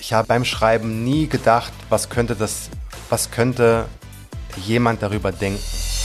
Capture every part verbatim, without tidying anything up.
Ich habe beim Schreiben nie gedacht, was könnte das, was könnte jemand darüber denken.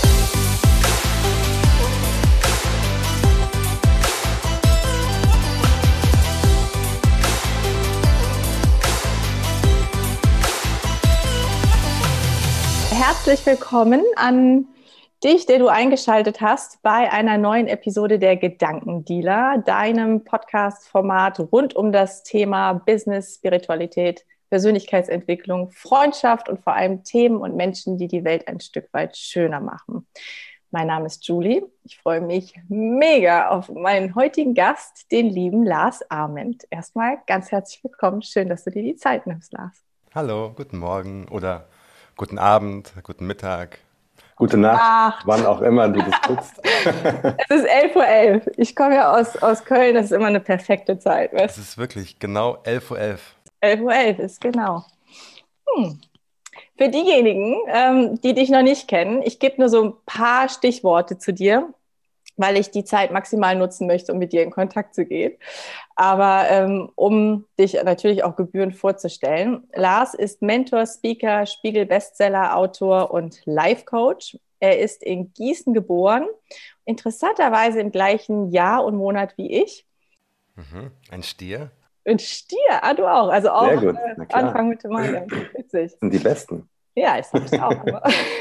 Herzlich willkommen an dich, der du eingeschaltet hast bei einer neuen Episode der Gedankendealer, deinem Podcast-Format rund um das Thema Business, Spiritualität, Persönlichkeitsentwicklung, Freundschaft und vor allem Themen und Menschen, die die Welt ein Stück weit schöner machen. Mein Name ist Julie. Ich freue mich mega auf meinen heutigen Gast, den lieben Lars Ament. Erstmal ganz herzlich willkommen. Schön, dass du dir die Zeit nimmst, Lars. Hallo, guten Morgen oder guten Abend, guten Mittag. Gute Nacht, Ach. wann auch immer du das guckst. Es ist elf Uhr elf. Ich komme ja aus, aus Köln, das ist immer eine perfekte Zeit. Es ist wirklich genau elf Uhr elf. elf Uhr elf ist genau. Hm. Für diejenigen, ähm, die dich noch nicht kennen, ich gebe nur so ein paar Stichworte zu dir, weil ich die Zeit maximal nutzen möchte, um mit dir in Kontakt zu gehen. Aber ähm, um dich natürlich auch gebührend vorzustellen. Lars ist Mentor, Speaker, Spiegel-Bestseller, Autor und Life-Coach. Er ist in Gießen geboren, interessanterweise im gleichen Jahr und Monat wie ich. Mhm. Ein Stier? Ein Stier, ah, du auch. Also auch Sehr gut. Äh, Anfang Mitte Mai. Witzig. Das sind die Besten. Ja, ich sag's auch. Aber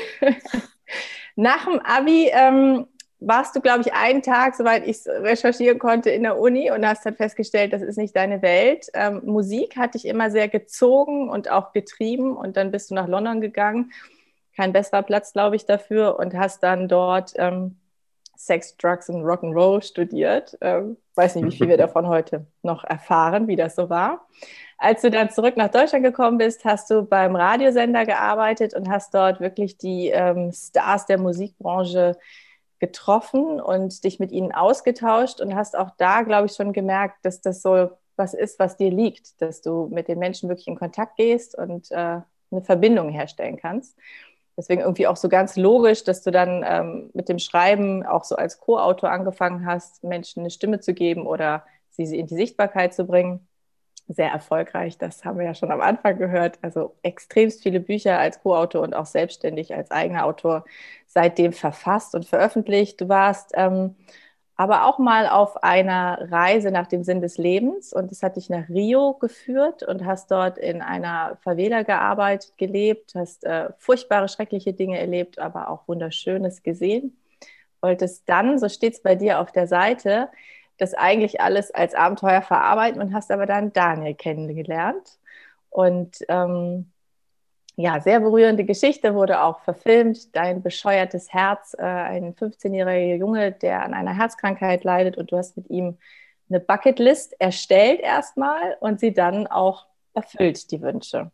nach dem Abi ähm, warst du, glaube ich, einen Tag, soweit ich es recherchieren konnte, in der Uni und hast dann festgestellt, das ist nicht deine Welt. Ähm, Musik hat dich immer sehr gezogen und auch getrieben und dann bist du nach London gegangen. Kein besserer Platz, glaube ich, dafür und hast dann dort ähm, Sex, Drugs und Rock'n'Roll studiert. Ähm, weiß nicht, wie viel wir davon heute noch erfahren, wie das so war. Als du dann zurück nach Deutschland gekommen bist, hast du beim Radiosender gearbeitet und hast dort wirklich die ähm, Stars der Musikbranche getroffen und dich mit ihnen ausgetauscht und hast auch da, glaube ich, schon gemerkt, dass das so was ist, was dir liegt, dass du mit den Menschen wirklich in Kontakt gehst und äh, eine Verbindung herstellen kannst. Deswegen irgendwie auch so ganz logisch, dass du dann ähm, mit dem Schreiben auch so als Co-Autor angefangen hast, Menschen eine Stimme zu geben oder sie in die Sichtbarkeit zu bringen. Sehr erfolgreich, das haben wir ja schon am Anfang gehört. Also extremst viele Bücher als Co-Autor und auch selbstständig als eigener Autor seitdem verfasst und veröffentlicht. Du warst ähm, aber auch mal auf einer Reise nach dem Sinn des Lebens und es hat dich nach Rio geführt und hast dort in einer Favela gearbeitet, gelebt, hast äh, furchtbare, schreckliche Dinge erlebt, aber auch Wunderschönes gesehen. Wolltest dann, so steht es bei dir auf der Seite, das eigentlich alles als Abenteuer verarbeiten und hast aber dann Daniel kennengelernt. Und ähm, ja, sehr berührende Geschichte, wurde auch verfilmt. Dein bescheuertes Herz, äh, ein fünfzehnjähriger Junge, der an einer Herzkrankheit leidet und du hast mit ihm eine Bucketlist erstellt erstmal und sie dann auch erfüllt, die Wünsche.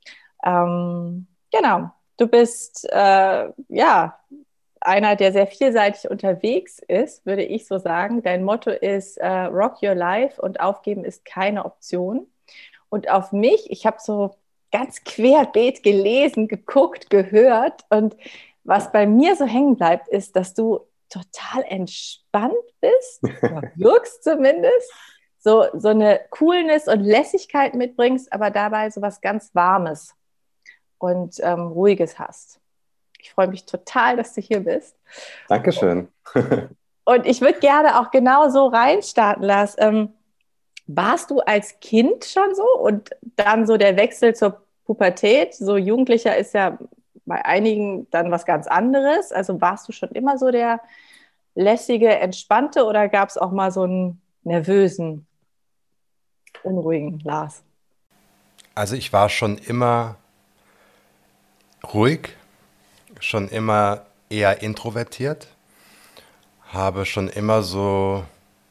Ähm, genau, du bist, äh, ja, einer, der sehr vielseitig unterwegs ist, würde ich so sagen. Dein Motto ist äh, Rock Your Life und Aufgeben ist keine Option. Und auf mich, ich habe so ganz querbeet gelesen, geguckt, gehört und was bei mir so hängen bleibt, ist, dass du total entspannt bist, oder wirkst zumindest, so, so eine Coolness und Lässigkeit mitbringst, aber dabei so was ganz Warmes und ähm, Ruhiges hast. Ich freue mich total, dass du hier bist. Dankeschön. Und ich würde gerne auch genau so reinstarten, Lars. Ähm, warst du als Kind schon so und dann so der Wechsel zur Pubertät? So Jugendlicher ist ja bei einigen dann was ganz anderes. Also warst du schon immer so der lässige, entspannte oder gab es auch mal so einen nervösen, unruhigen Lars? Also ich war schon immer ruhig, schon immer eher introvertiert, habe schon immer so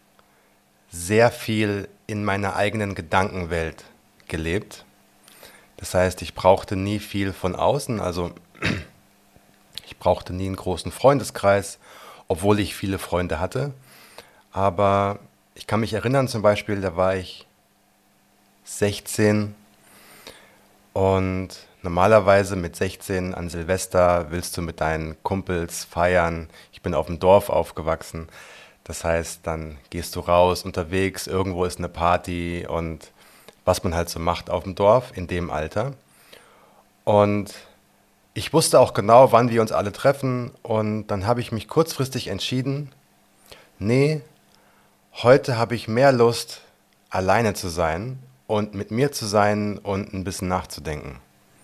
sehr viel in meiner eigenen Gedankenwelt gelebt. Das heißt, ich brauchte nie viel von außen, also ich brauchte nie einen großen Freundeskreis, obwohl ich viele Freunde hatte. Aber ich kann mich erinnern zum Beispiel, da war ich sechzehn und normalerweise mit sechzehn an Silvester willst du mit deinen Kumpels feiern. Ich bin auf dem Dorf aufgewachsen. Das heißt, dann gehst du raus, unterwegs, irgendwo ist eine Party und was man halt so macht auf dem Dorf in dem Alter. Und ich wusste auch genau, wann wir uns alle treffen. Und dann habe ich mich kurzfristig entschieden, nee, heute habe ich mehr Lust, alleine zu sein und mit mir zu sein und ein bisschen nachzudenken.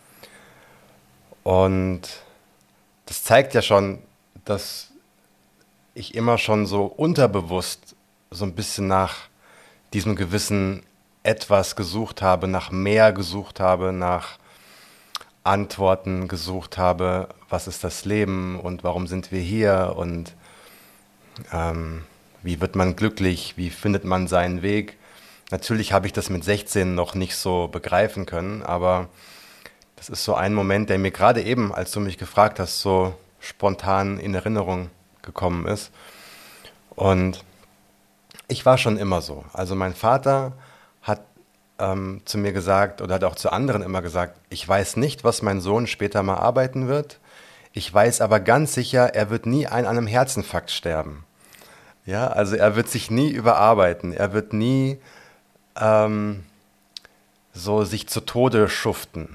Und das zeigt ja schon, dass ich immer schon so unterbewusst so ein bisschen nach diesem gewissen Etwas gesucht habe, nach mehr gesucht habe, nach Antworten gesucht habe, was ist das Leben und warum sind wir hier und ähm, wie wird man glücklich, wie findet man seinen Weg. Natürlich habe ich das mit sechzehn noch nicht so begreifen können, aber das ist so ein Moment, der mir gerade eben, als du mich gefragt hast, so spontan in Erinnerung gekommen ist. Und ich war schon immer so. Also mein Vater hat ähm, zu mir gesagt oder hat auch zu anderen immer gesagt, ich weiß nicht, was mein Sohn später mal arbeiten wird. Ich weiß aber ganz sicher, er wird nie an einem Herzinfarkt sterben. Ja, also er wird sich nie überarbeiten. Er wird nie ähm, so sich zu Tode schuften,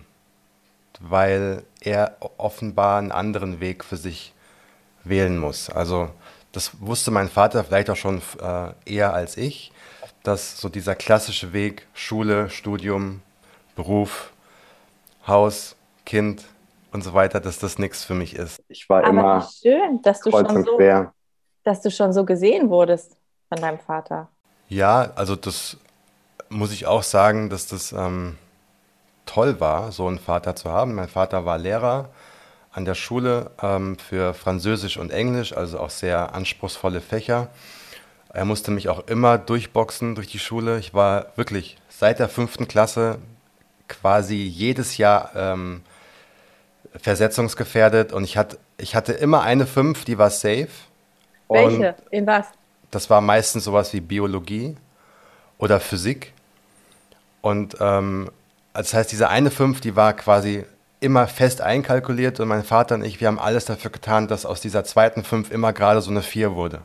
weil er offenbar einen anderen Weg für sich wählen muss. Also das wusste mein Vater vielleicht auch schon äh, eher als ich, dass so dieser klassische Weg Schule, Studium, Beruf, Haus, Kind und so weiter, dass das nichts für mich ist. Ich war Aber immer wie schön, dass du kreuz schon und so, quer. dass du schon so gesehen wurdest von deinem Vater. Ja, also das muss ich auch sagen, dass das ähm, toll war, so einen Vater zu haben. Mein Vater war Lehrer an der Schule ähm, für Französisch und Englisch, also auch sehr anspruchsvolle Fächer. Er musste mich auch immer durchboxen durch die Schule. Ich war wirklich seit der fünften Klasse quasi jedes Jahr ähm, versetzungsgefährdet und ich hatte, ich hatte immer eine fünf, die war safe. Und Welche? In was? das war meistens sowas wie Biologie oder Physik. Und ähm, das heißt, diese eine fünf, die war quasi immer fest einkalkuliert und mein Vater und ich, wir haben alles dafür getan, dass aus dieser zweiten fünf immer gerade so eine vier wurde.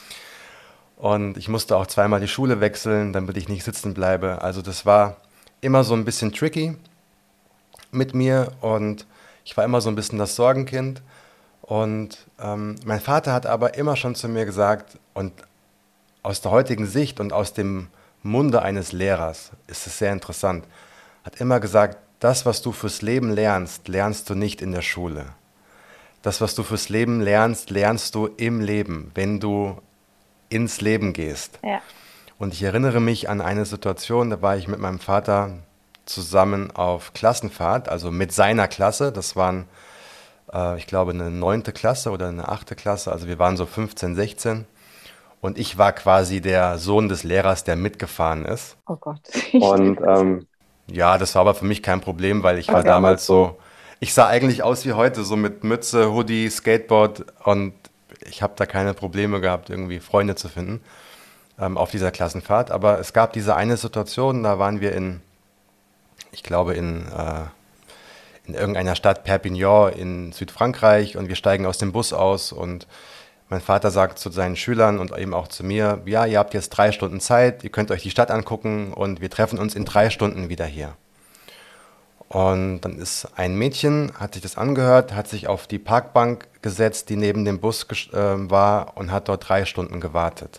Und ich musste auch zweimal die Schule wechseln, damit ich nicht sitzen bleibe. Also das war immer so ein bisschen tricky mit mir und ich war immer so ein bisschen das Sorgenkind. Und ähm, mein Vater hat aber immer schon zu mir gesagt, und aus der heutigen Sicht und aus dem Munde eines Lehrers ist es sehr interessant, hat immer gesagt, das, was du fürs Leben lernst, lernst du nicht in der Schule. Das, was du fürs Leben lernst, lernst du im Leben, wenn du ins Leben gehst. Ja. Und ich erinnere mich an eine Situation, da war ich mit meinem Vater zusammen auf Klassenfahrt, also mit seiner Klasse. Das waren, äh, ich glaube, eine neunte Klasse oder eine achte Klasse. Also wir waren so fünfzehn, sechzehn. Und ich war quasi der Sohn des Lehrers, der mitgefahren ist. Oh Gott. Und ähm, Ja, das war aber für mich kein Problem, weil ich war Okay. damals so, ich sah eigentlich aus wie heute, so mit Mütze, Hoodie, Skateboard und ich habe da keine Probleme gehabt, irgendwie Freunde zu finden ähm, auf dieser Klassenfahrt. Aber es gab diese eine Situation, da waren wir in, ich glaube in, äh, in irgendeiner Stadt, Perpignan in Südfrankreich und wir steigen aus dem Bus aus und mein Vater sagt zu seinen Schülern und eben auch zu mir, ja, ihr habt jetzt drei Stunden Zeit, ihr könnt euch die Stadt angucken und wir treffen uns in drei Stunden wieder hier. Und dann ist ein Mädchen, hat sich das angehört, hat sich auf die Parkbank gesetzt, die neben dem Bus ges- äh, war und hat dort drei Stunden gewartet.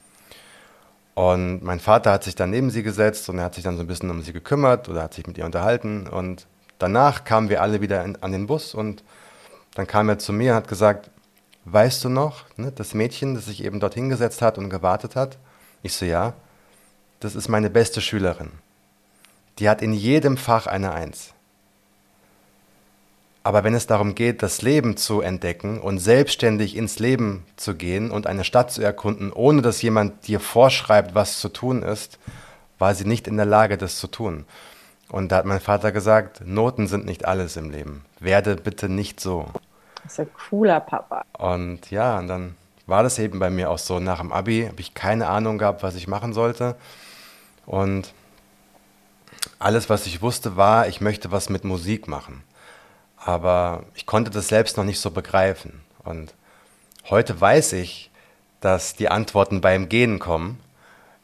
Und mein Vater hat sich dann neben sie gesetzt und er hat sich dann so ein bisschen um sie gekümmert oder hat sich mit ihr unterhalten. Und danach kamen wir alle wieder in, an den Bus und dann kam er zu mir und hat gesagt, weißt du noch, ne, das Mädchen, das sich eben dort hingesetzt hat und gewartet hat? Ich so, ja, das ist meine beste Schülerin. Die hat in jedem Fach eine Eins. Aber wenn es darum geht, das Leben zu entdecken und selbstständig ins Leben zu gehen und eine Stadt zu erkunden, ohne dass jemand dir vorschreibt, was zu tun ist, war sie nicht in der Lage, das zu tun. Und da hat mein Vater gesagt, Noten sind nicht alles im Leben. Werde bitte nicht so. Das ist ein cooler Papa. Und ja, und dann war das eben bei mir auch so. Nach dem Abi habe ich keine Ahnung gehabt, was ich machen sollte. Und alles, was ich wusste, war, ich möchte was mit Musik machen. Aber ich konnte das selbst noch nicht so begreifen. Und heute weiß ich, dass die Antworten beim Gehen kommen.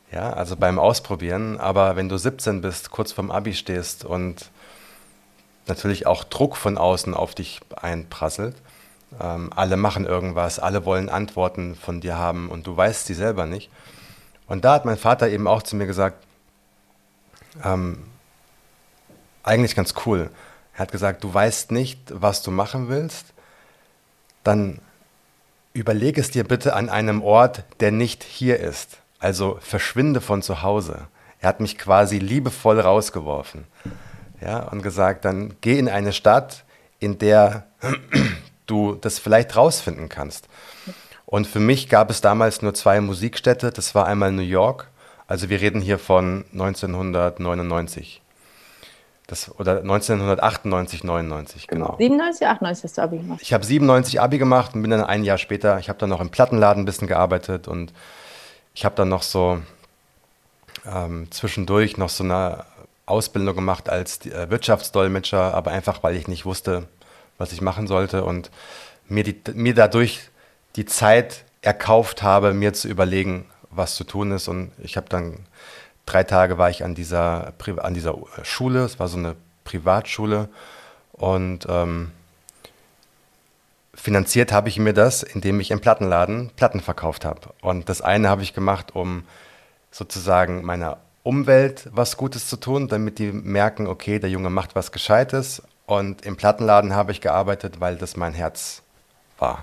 Ja, also beim Ausprobieren. Aber wenn du siebzehn bist, kurz vorm Abi stehst und natürlich auch Druck von außen auf dich einprasselt, ähm, alle machen irgendwas, alle wollen Antworten von dir haben und du weißt sie selber nicht. Und da hat mein Vater eben auch zu mir gesagt, ähm, eigentlich ganz cool. Er hat gesagt, du weißt nicht, was du machen willst, dann überleg es dir bitte an einem Ort, der nicht hier ist. Also verschwinde von zu Hause. Er hat mich quasi liebevoll rausgeworfen. Ja, und gesagt, dann geh in eine Stadt, in der du das vielleicht rausfinden kannst. Und für mich gab es damals nur zwei Musikstädte. Das war einmal New York. Also wir reden hier von neunzehnhundertneunundneunzig. Das, oder neunzehnhundertachtundneunzig, neunundneunzig, genau. siebenundneunzig, achtundneunzig hast du Abi gemacht. Ich habe siebenundneunzig Abi gemacht und bin dann ein Jahr später, ich habe dann noch im Plattenladen ein bisschen gearbeitet und ich habe dann noch so ähm, zwischendurch noch so eine Ausbildung gemacht als äh, Wirtschaftsdolmetscher, aber einfach, weil ich nicht wusste, was ich machen sollte und mir, die, mir dadurch die Zeit erkauft habe, mir zu überlegen, was zu tun ist. Und ich habe dann drei Tage war ich an dieser, an dieser Schule, es war so eine Privatschule und ähm, finanziert habe ich mir das, indem ich im Plattenladen Platten verkauft habe. Und das eine habe ich gemacht, um sozusagen meiner Umwelt was Gutes zu tun, damit die merken, okay, der Junge macht was Gescheites. Und im Plattenladen habe ich gearbeitet, weil das mein Herz war.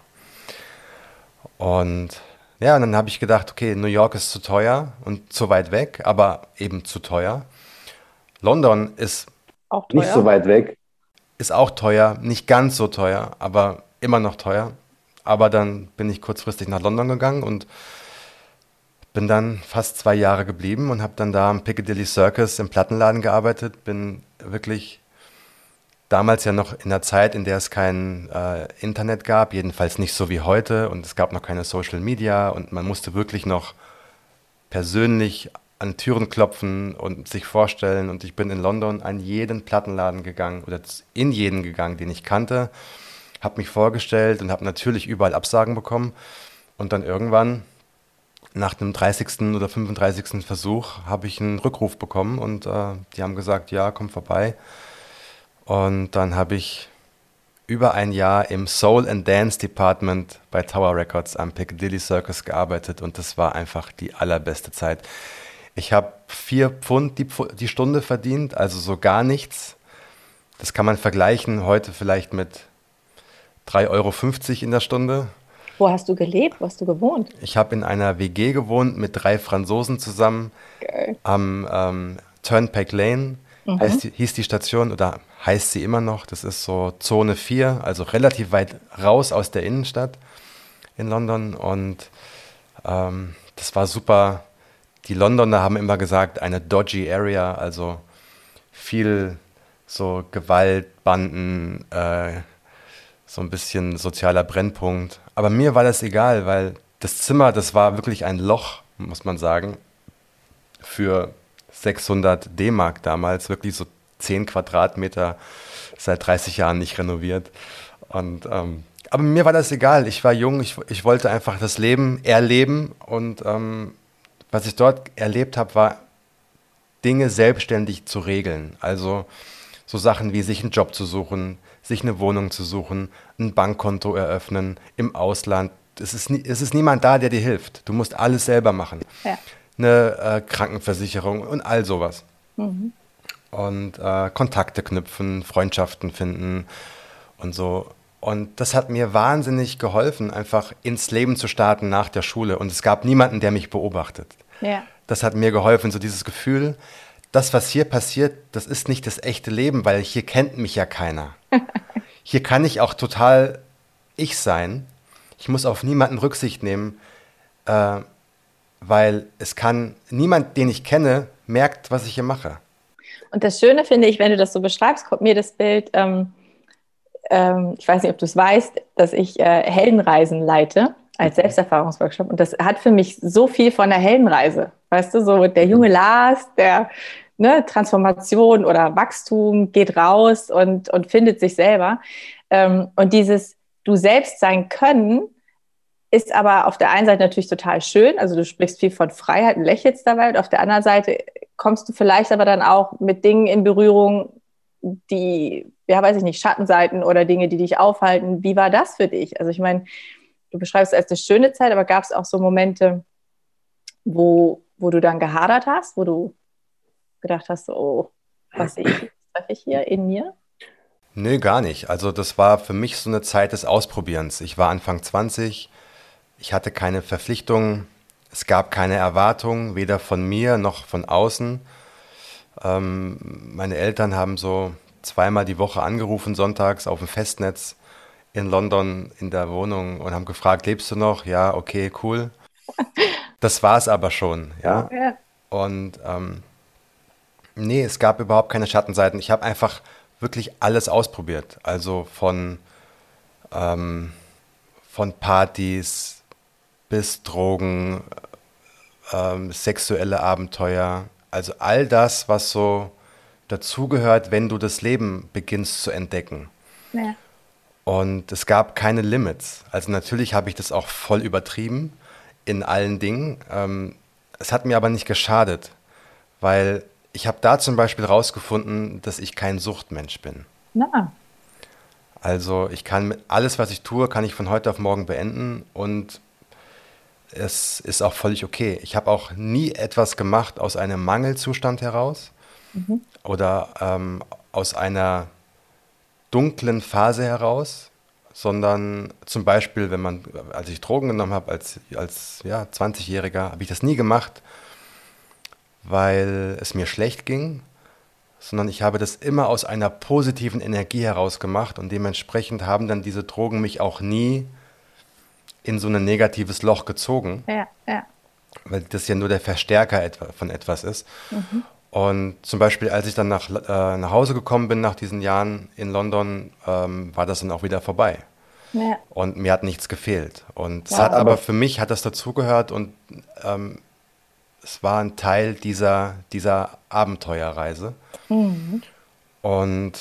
Und ja, und dann habe ich gedacht, okay, New York ist zu teuer und zu weit weg, aber eben zu teuer. London ist auch teuer. Nicht so weit weg. Ist auch teuer, nicht ganz so teuer, aber immer noch teuer. Aber dann bin ich kurzfristig nach London gegangen und bin dann fast zwei Jahre geblieben und habe dann da am Piccadilly Circus im Plattenladen gearbeitet. Bin wirklich damals ja noch in der Zeit, in der es kein äh, Internet gab, jedenfalls nicht so wie heute und es gab noch keine Social Media und man musste wirklich noch persönlich an Türen klopfen und sich vorstellen und ich bin in London an jeden Plattenladen gegangen oder in jeden gegangen, den ich kannte, habe mich vorgestellt und habe natürlich überall Absagen bekommen und dann irgendwann nach dem dreißigsten oder fünfunddreißigsten Versuch habe ich einen Rückruf bekommen und äh, die haben gesagt, ja, komm vorbei. Und dann habe ich über ein Jahr im Soul and Dance Department bei Tower Records am Piccadilly Circus gearbeitet und das war einfach die allerbeste Zeit. Ich habe vier Pfund die, die Stunde verdient, also so gar nichts. Das kann man vergleichen heute vielleicht mit drei Euro fünfzig in der Stunde. Wo hast du gelebt? Wo hast du gewohnt? Ich habe in einer W G gewohnt mit drei Franzosen zusammen. Geil. Am ähm, Turnpike Lane. Mhm. Heißt, hieß die Station oder heißt sie immer noch. Das ist so Zone vier, also relativ weit raus aus der Innenstadt in London. Und ähm, das war super. Die Londoner haben immer gesagt, eine dodgy Area, also viel so Gewalt, Banden, äh, so ein bisschen sozialer Brennpunkt. Aber mir war das egal, weil das Zimmer, das war wirklich ein Loch, muss man sagen, für sechshundert D-Mark damals, wirklich so zehn Quadratmeter, seit dreißig Jahren nicht renoviert. Und, ähm, aber mir war das egal, ich war jung, ich, ich wollte einfach das Leben erleben und ähm, was ich dort erlebt habe, war Dinge selbstständig zu regeln. Also so Sachen wie sich einen Job zu suchen, sich eine Wohnung zu suchen, ein Bankkonto eröffnen im Ausland. Es ist, nie, es ist niemand da, der dir hilft. Du musst alles selber machen. Ja. Eine äh, Krankenversicherung und all sowas. Mhm. Und äh, Kontakte knüpfen, Freundschaften finden und so. Und das hat mir wahnsinnig geholfen, einfach ins Leben zu starten nach der Schule. Und es gab niemanden, der mich beobachtet. Ja. Das hat mir geholfen, so dieses Gefühl, das, was hier passiert, das ist nicht das echte Leben, weil hier kennt mich ja keiner. Hier kann ich auch total ich sein. Ich muss auf niemanden Rücksicht nehmen, äh, weil es kann, niemand, den ich kenne, merkt, was ich hier mache. Und das Schöne finde ich, wenn du das so beschreibst, kommt mir das Bild, ähm, ähm, ich weiß nicht, ob du es weißt, dass ich äh, Heldenreisen leite als Selbsterfahrungsworkshop und das hat für mich so viel von der Heldenreise, weißt du, so der junge Lars, der ne, Transformation oder Wachstum geht raus und, und findet sich selber ähm, und dieses du selbst sein können ist aber auf der einen Seite natürlich total schön. Also du sprichst viel von Freiheit und lächelst dabei. Und auf der anderen Seite kommst du vielleicht aber dann auch mit Dingen in Berührung, die, ja, weiß ich nicht, Schattenseiten oder Dinge, die dich aufhalten. Wie war das für dich? Also ich meine, du beschreibst es als eine schöne Zeit, aber gab es auch so Momente, wo, wo du dann gehadert hast, wo du gedacht hast, so, oh, was sehe ich, was treffe ich hier in mir? Nö, gar nicht. Also das war für mich so eine Zeit des Ausprobierens. Ich war Anfang zwanzig, ich hatte keine Verpflichtungen, es gab keine Erwartungen, weder von mir noch von außen. Ähm, meine Eltern haben so zweimal die Woche angerufen, sonntags auf dem Festnetz in London in der Wohnung und haben gefragt, lebst du noch? Ja, okay, cool. Das war es aber schon, ja. Ja. Und ähm, nee, es gab überhaupt keine Schattenseiten. Ich habe einfach wirklich alles ausprobiert. Also von, ähm, von Partys bis Drogen, ähm, sexuelle Abenteuer. Also all das, was so dazugehört, wenn du das Leben beginnst zu entdecken. Ja. Und es gab keine Limits. Also natürlich habe ich das auch voll übertrieben in allen Dingen. Ähm, es hat mir aber nicht geschadet, weil ich habe da zum Beispiel rausgefunden, dass ich kein Suchtmensch bin. Na. Also ich kann mit alles, was ich tue, kann ich von heute auf morgen beenden und es ist auch völlig okay. Ich habe auch nie etwas gemacht aus einem Mangelzustand heraus Mhm. oder ähm, aus einer dunklen Phase heraus, sondern zum Beispiel, wenn man, als ich Drogen genommen habe, als, als ja, zwanzigjähriger, habe ich das nie gemacht, weil es mir schlecht ging, sondern ich habe das immer aus einer positiven Energie heraus gemacht und dementsprechend haben dann diese Drogen mich auch nie in so ein negatives Loch gezogen, Ja, ja. weil das ja nur der Verstärker etwa, von etwas ist. Mhm. Und zum Beispiel, als ich dann nach, äh, nach Hause gekommen bin nach diesen Jahren in London, ähm, war das dann auch wieder vorbei. Ja. Und mir hat nichts gefehlt. Und es Wow. hat aber für mich hat das dazugehört und ähm, es war ein Teil dieser, dieser Abenteuerreise. Mhm. Und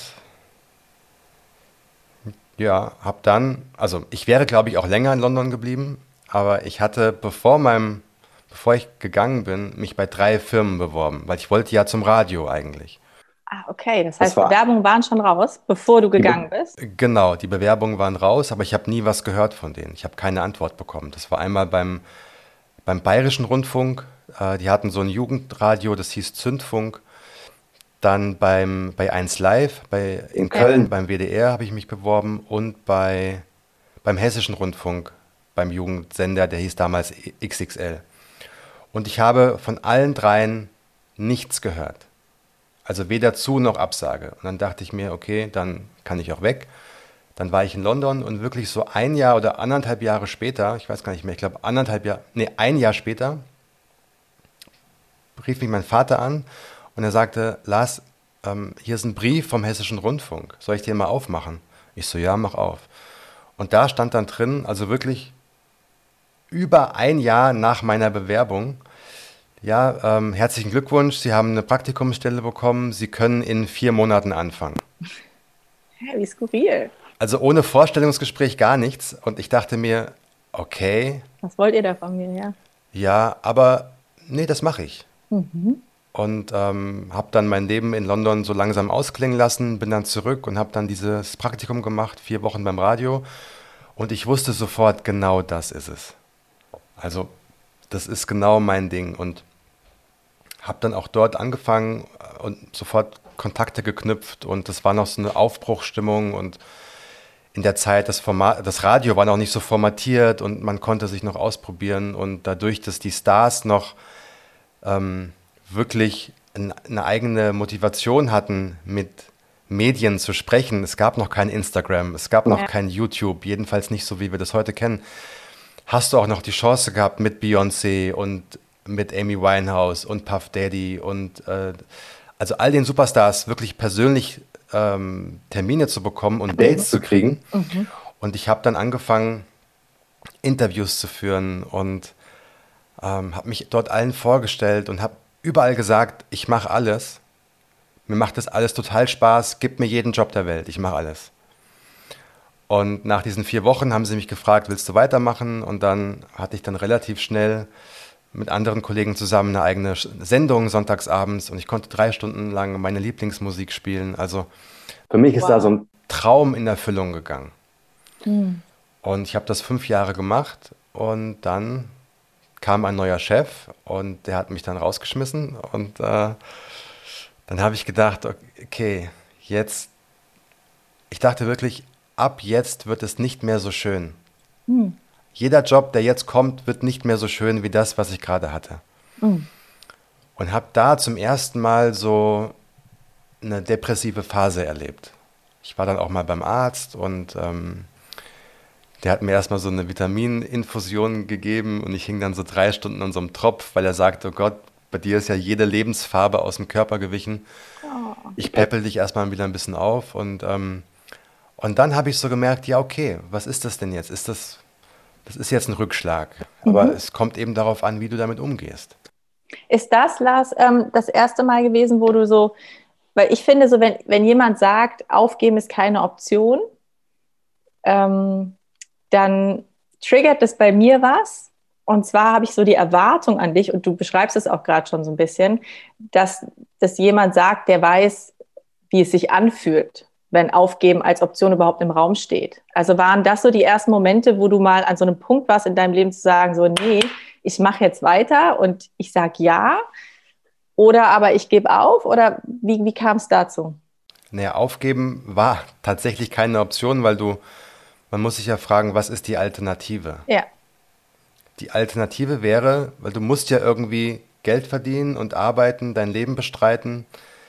ja, habe dann, also ich wäre, glaube ich, auch länger in London geblieben, aber ich hatte, bevor meinem, bevor ich gegangen bin, mich bei drei Firmen beworben, weil ich wollte ja zum Radio eigentlich. Ah, okay. Das Das heißt, war- Bewerbungen waren schon raus, bevor du gegangen bist. Genau, die Bewerbungen waren raus, aber ich habe nie was gehört von denen. Ich habe keine Antwort bekommen. Das war einmal beim, beim Bayerischen Rundfunk, äh, die hatten so ein Jugendradio, das hieß Zündfunk. Dann beim, bei eins Live, bei, in Köln, beim W D R habe ich mich beworben und bei, beim Hessischen Rundfunk, beim Jugendsender, der hieß damals X X L. Und ich habe von allen dreien nichts gehört. Also weder Zu- noch Absage. Und dann dachte ich mir, okay, dann kann ich auch weg. Dann war ich in London und wirklich so ein Jahr oder anderthalb Jahre später, ich weiß gar nicht mehr, ich glaube anderthalb Jahre, nee, ein Jahr später, rief mich mein Vater an und er sagte, Lars, ähm, hier ist ein Brief vom Hessischen Rundfunk, soll ich den mal aufmachen? Ich so, ja, mach auf. Und da stand dann drin, also wirklich über ein Jahr nach meiner Bewerbung, ja, ähm, herzlichen Glückwunsch, Sie haben eine Praktikumsstelle bekommen, Sie können in vier Monaten anfangen. Ja, wie skurril. Also ohne Vorstellungsgespräch gar nichts. Und ich dachte mir, okay, Was wollt ihr da von mir, ja? ja, aber nee, das mache ich. Mhm. Und ähm, habe dann mein Leben in London so langsam ausklingen lassen, bin dann zurück und habe dann dieses Praktikum gemacht, vier Wochen beim Radio. Und ich wusste sofort, genau das ist es. Also das ist genau mein Ding. Und habe dann auch dort angefangen und sofort Kontakte geknüpft. Und das war noch so eine Aufbruchsstimmung. Und in der Zeit, das, Format, das Radio war noch nicht so formatiert und man konnte sich noch ausprobieren. Und dadurch, dass die Stars noch ähm, wirklich ein, eine eigene Motivation hatten, mit Medien zu sprechen. Es gab noch kein Instagram, es gab noch Ja. kein YouTube, jedenfalls nicht so, wie wir das heute kennen. Hast du auch noch die Chance gehabt mit Beyoncé und mit Amy Winehouse und Puff Daddy und äh, also all den Superstars wirklich persönlich ähm, Termine zu bekommen und Dates zu kriegen. Mhm. Und ich habe dann angefangen, Interviews zu führen und ähm, habe mich dort allen vorgestellt und habe überall gesagt, ich mache alles. Mir macht das alles total Spaß, gib mir jeden Job der Welt, ich mache alles. Und nach diesen vier Wochen haben sie mich gefragt, willst du weitermachen? Und dann hatte ich dann relativ schnell mit anderen Kollegen zusammen eine eigene Sendung sonntagsabends und ich konnte drei Stunden lang meine Lieblingsmusik spielen. Also für mich ist wow. da so ein Traum in Erfüllung gegangen. Mhm. Und ich habe das fünf Jahre gemacht und dann kam ein neuer Chef und der hat mich dann rausgeschmissen und äh, dann habe ich gedacht, okay, jetzt, ich dachte wirklich, ab jetzt wird es nicht mehr so schön. Mhm. Jeder Job, der jetzt kommt, wird nicht mehr so schön wie das, was ich gerade hatte. Mhm. Und habe da zum ersten Mal so eine depressive Phase erlebt. Ich war dann auch mal beim Arzt und ähm, der hat mir erstmal so eine Vitamininfusion gegeben und ich hing dann so drei Stunden an so einem Tropf, weil er sagte, oh Gott, bei dir ist ja jede Lebensfarbe aus dem Körper gewichen. Oh. Ich peppel dich erstmal wieder ein bisschen auf und, ähm, und dann habe ich so gemerkt, ja okay, was ist das denn jetzt? Ist das, das ist jetzt ein Rückschlag, aber Mhm. es kommt eben darauf an, wie du damit umgehst. Ist das, Lars, ähm, das erste Mal gewesen, wo du so, weil ich finde so, wenn, wenn jemand sagt, aufgeben ist keine Option, ähm, dann triggert das bei mir was. Und zwar habe ich so die Erwartung an dich, und du beschreibst es auch gerade schon so ein bisschen, dass, dass jemand sagt, der weiß, wie es sich anfühlt, wenn Aufgeben als Option überhaupt im Raum steht. Also waren das so die ersten Momente, wo du mal an so einem Punkt warst in deinem Leben zu sagen, so nee, ich mache jetzt weiter und ich sage ja, oder aber ich gebe auf, oder wie, wie kam es dazu? Naja, aufgeben war tatsächlich keine Option, weil du, man muss sich ja fragen, was ist die Alternative? Ja. Die Alternative wäre, weil du musst ja irgendwie Geld verdienen und arbeiten, dein Leben bestreiten.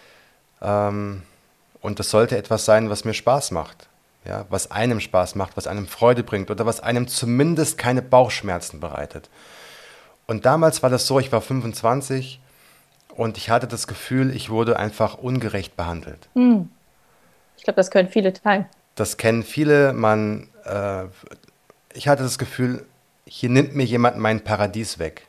Ähm, und das sollte etwas sein, was mir Spaß macht. Ja, was einem Spaß macht, was einem Freude bringt oder was einem zumindest keine Bauchschmerzen bereitet. Und damals war das so, ich war fünfundzwanzig und ich hatte das Gefühl, ich wurde einfach ungerecht behandelt. Hm. Ich glaube, das können viele teilen. Das kennen viele. Man, äh, ich hatte das Gefühl, hier nimmt mir jemand mein Paradies weg.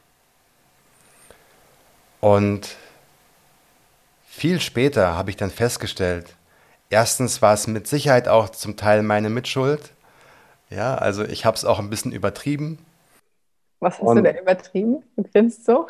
Und viel später habe ich dann festgestellt, erstens war es mit Sicherheit auch zum Teil meine Mitschuld. Ja, also ich habe es auch ein bisschen übertrieben. Was hast Und du denn übertrieben? Du grinst so.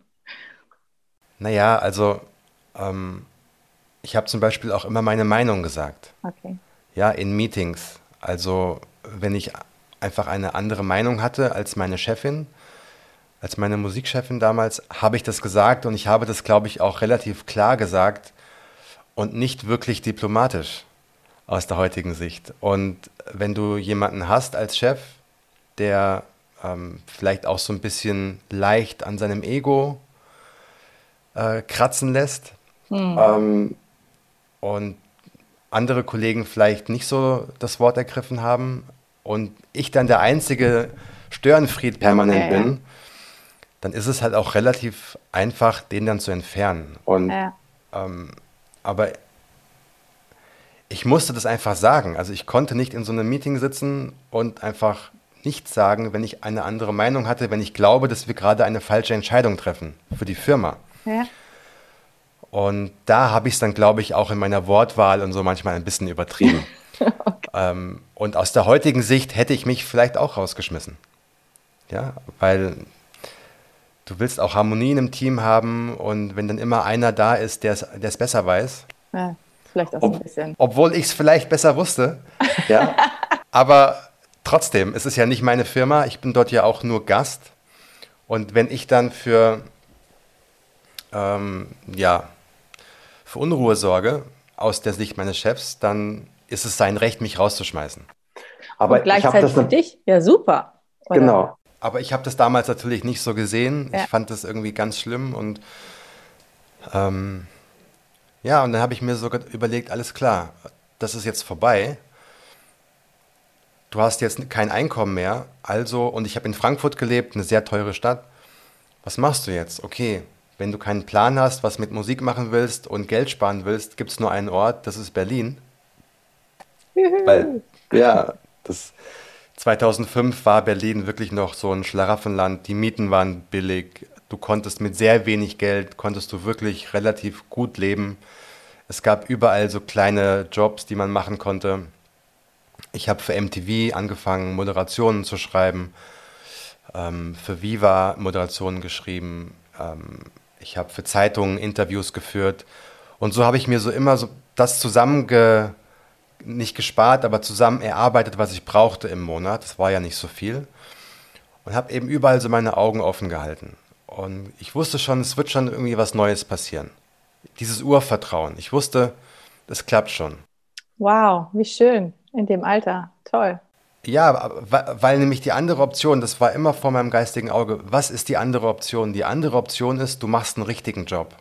Naja, also ähm, ich habe zum Beispiel auch immer meine Meinung gesagt. Okay. Ja, in Meetings. Also wenn ich einfach eine andere Meinung hatte als meine Chefin, als meine Musikchefin damals, habe ich das gesagt und ich habe das, glaube ich, auch relativ klar gesagt und nicht wirklich diplomatisch aus der heutigen Sicht. Und wenn du jemanden hast als Chef, der ähm, vielleicht auch so ein bisschen leicht an seinem Ego äh, kratzen lässt, Hm. ähm, und andere Kollegen vielleicht nicht so das Wort ergriffen haben und ich dann der einzige Störenfried permanent Ja, ja. bin, dann ist es halt auch relativ einfach, den dann zu entfernen. Und, Ja. ähm, aber ich musste das einfach sagen. Also ich konnte nicht in so einem Meeting sitzen und einfach nichts sagen, wenn ich eine andere Meinung hatte, wenn ich glaube, dass wir gerade eine falsche Entscheidung treffen für die Firma. Ja. Und da habe ich es dann, glaube ich, auch in meiner Wortwahl und so manchmal ein bisschen übertrieben. Okay. Ähm, und aus der heutigen Sicht hätte ich mich vielleicht auch rausgeschmissen. Ja, weil du willst auch Harmonie im Team haben und wenn dann immer einer da ist, der es besser weiß, Ja, vielleicht auch so ein ob, bisschen. obwohl ich es vielleicht besser wusste, ja, aber trotzdem, es ist ja nicht meine Firma, ich bin dort ja auch nur Gast. Und wenn ich dann für, ähm, ja, für Unruhe sorge, aus der Sicht meines Chefs, dann ist es sein Recht, mich rauszuschmeißen. aber Und ich habe gleichzeitig das für nat- dich? Ja, super. Oder? genau. Aber ich habe das damals natürlich nicht so gesehen. Ja. Ich fand das irgendwie ganz schlimm und ähm, ja, und dann habe ich mir sogar überlegt, alles klar, das ist jetzt vorbei. Du hast jetzt kein Einkommen mehr, also, und ich habe in Frankfurt gelebt, eine sehr teure Stadt. Was machst du jetzt? Okay, wenn du keinen Plan hast, was mit Musik machen willst und Geld sparen willst, gibt es nur einen Ort, das ist Berlin. Weil Ja, das, zweitausendfünf war Berlin wirklich noch so ein Schlaraffenland, die Mieten waren billig, du konntest mit sehr wenig Geld, konntest du wirklich relativ gut leben. Es gab überall so kleine Jobs, die man machen konnte. Ich habe für M T V angefangen, Moderationen zu schreiben, ähm, für Viva Moderationen geschrieben, ähm, ich habe für Zeitungen Interviews geführt und so habe ich mir so immer so das zusammenge, nicht gespart, aber zusammen erarbeitet, was ich brauchte im Monat. Das war ja nicht so viel und habe eben überall so meine Augen offen gehalten. Und ich wusste schon, es wird schon irgendwie was Neues passieren. Dieses Urvertrauen. Ich wusste, es klappt schon. Wow, wie schön in dem Alter. Toll. Ja, wa- weil nämlich die andere Option, das war immer vor meinem geistigen Auge, was ist die andere Option? Die andere Option ist, du machst einen richtigen Job.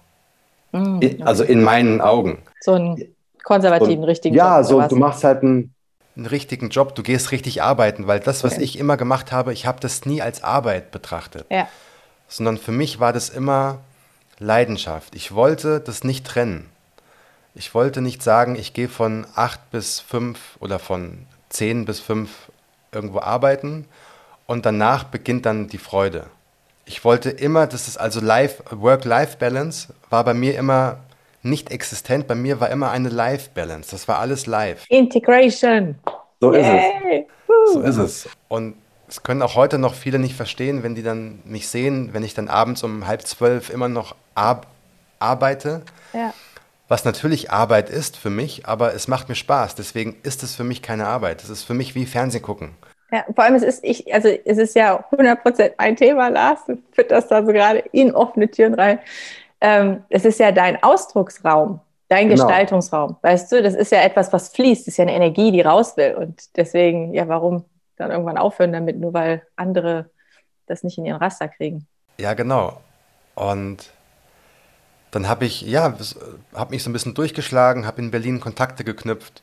Mm, I- Also okay. in meinen Augen. So einen konservativen, Und richtigen Job ja, oder so, du was? machst halt ein, Einen richtigen Job, du gehst richtig arbeiten, weil das, was Okay. ich immer gemacht habe, ich habe das nie als Arbeit betrachtet, Ja, sondern für mich war das immer Leidenschaft. Ich wollte das nicht trennen. Ich wollte nicht sagen, ich gehe von acht bis fünf oder von zehn bis fünf irgendwo arbeiten und danach beginnt dann die Freude. Ich wollte immer, dass es also Life, Work-Life-Balance war bei mir immer nicht existent. Bei mir war immer eine Life-Balance. Das war alles live. Integration. so ist es. Yay. So Woo. ist es. Und es können auch heute noch viele nicht verstehen, wenn die dann mich sehen, wenn ich dann abends um halb zwölf immer noch ar arbeite. Ja. Was natürlich Arbeit ist für mich, aber es macht mir Spaß. Deswegen ist es für mich keine Arbeit. Es ist für mich wie Fernsehen gucken. Ja, vor allem, es ist, ich, also es ist ja hundert Prozent mein Thema, Lars, du fütterst da so gerade in offene Türen rein. Ähm, es ist ja dein Ausdrucksraum, dein Genau. Gestaltungsraum, weißt du, das ist ja etwas, was fließt, das ist ja eine Energie, die raus will und deswegen, ja, warum dann irgendwann aufhören damit, nur weil andere das nicht in ihren Raster kriegen. Ja, genau. Und dann habe ich, ja, habe mich so ein bisschen durchgeschlagen, habe in Berlin Kontakte geknüpft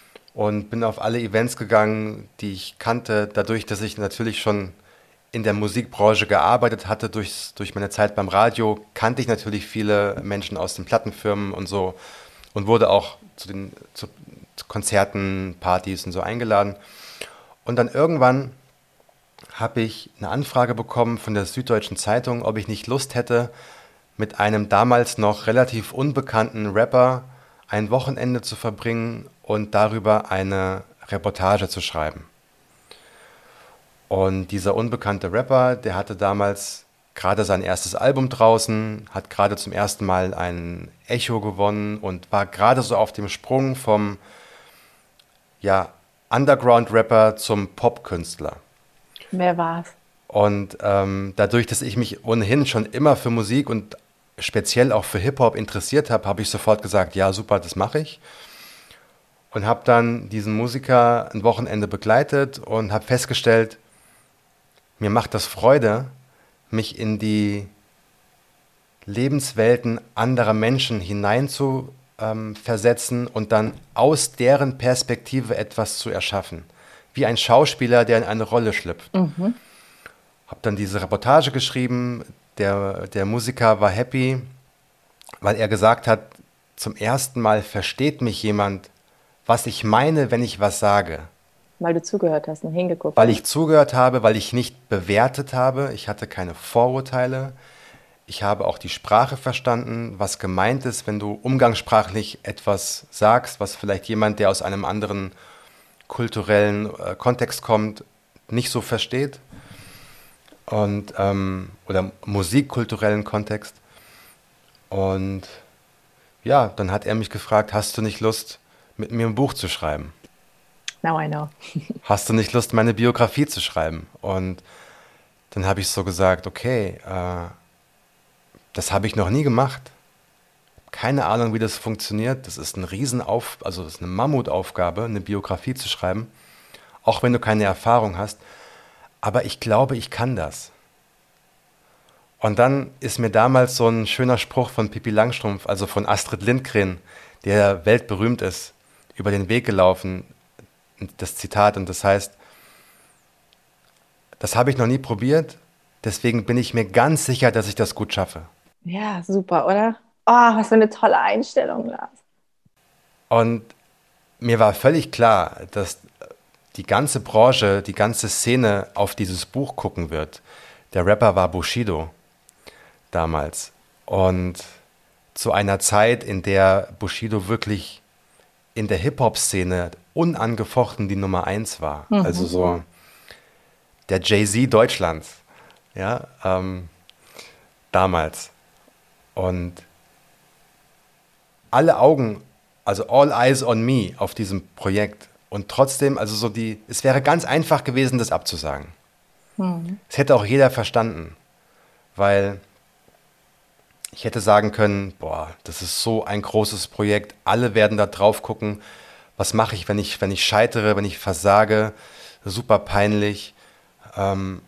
und bin auf alle Events gegangen, die ich kannte, dadurch, dass ich natürlich schon in der Musikbranche gearbeitet hatte, durch, durch meine Zeit beim Radio, kannte ich natürlich viele Menschen aus den Plattenfirmen und so und wurde auch zu den zu, zu Konzerten, Partys und so eingeladen. Und dann irgendwann habe ich eine Anfrage bekommen von der Süddeutschen Zeitung, ob ich nicht Lust hätte, mit einem damals noch relativ unbekannten Rapper ein Wochenende zu verbringen und darüber eine Reportage zu schreiben. Und dieser unbekannte Rapper, der hatte damals gerade sein erstes Album draußen, hat gerade zum ersten Mal ein Echo gewonnen und war gerade so auf dem Sprung vom ja, Underground-Rapper zum Pop-Künstler. Wer war's? Und ähm, dadurch, dass ich mich ohnehin schon immer für Musik und speziell auch für Hip-Hop interessiert habe, habe ich sofort gesagt, ja super, das mache ich. Und habe dann diesen Musiker ein Wochenende begleitet und habe festgestellt, mir macht das Freude, mich in die Lebenswelten anderer Menschen hinein zu ähm, versetzen und dann aus deren Perspektive etwas zu erschaffen. Wie ein Schauspieler, der in eine Rolle schlüpft. Mhm. Habe dann diese Reportage geschrieben, der, der Musiker war happy, weil er gesagt hat, zum ersten Mal versteht mich jemand, was ich meine, wenn ich was sage. Weil du zugehört hast und hingeguckt Weil hast. ich zugehört habe, weil ich nicht bewertet habe, ich hatte keine Vorurteile. Ich habe auch die Sprache verstanden, was gemeint ist, wenn du umgangssprachlich etwas sagst, was vielleicht jemand, der aus einem anderen kulturellen äh, Kontext kommt, nicht so versteht. Und, ähm, oder musikkulturellen Kontext. Und ja, dann hat er mich gefragt, hast du nicht Lust, mit mir ein Buch zu schreiben? Now I know. Hast du nicht Lust, meine Biografie zu schreiben? Und dann habe ich so gesagt, okay, äh, das habe ich noch nie gemacht. Keine Ahnung, wie das funktioniert. Das ist ein Riesenauf, also das ist eine Mammutaufgabe, eine Biografie zu schreiben, auch wenn du keine Erfahrung hast. Aber ich glaube, ich kann das. Und dann ist mir damals so ein schöner Spruch von Pippi Langstrumpf, also von Astrid Lindgren, der weltberühmt ist, über den Weg gelaufen. Das Zitat, und das heißt, das habe ich noch nie probiert, deswegen bin ich mir ganz sicher, dass ich das gut schaffe. Ja, super, oder? Oh, was für eine tolle Einstellung, Lars. Und mir war völlig klar, dass die ganze Branche, die ganze Szene auf dieses Buch gucken wird. Der Rapper war Bushido damals. Und zu einer Zeit, in der Bushido wirklich in der Hip-Hop-Szene unangefochten die Nummer eins war. Mhm. Also so der Jay-Z Deutschlands, ja, ähm, damals. Und alle Augen, also all eyes on me auf diesem Projekt. Und trotzdem, also so die, es wäre ganz einfach gewesen, das abzusagen. Mhm. Es hätte auch jeder verstanden, weil ich hätte sagen können, boah, das ist so ein großes Projekt, alle werden da drauf gucken, was mache ich, wenn ich, wenn ich scheitere, wenn ich versage, super peinlich. Ähm,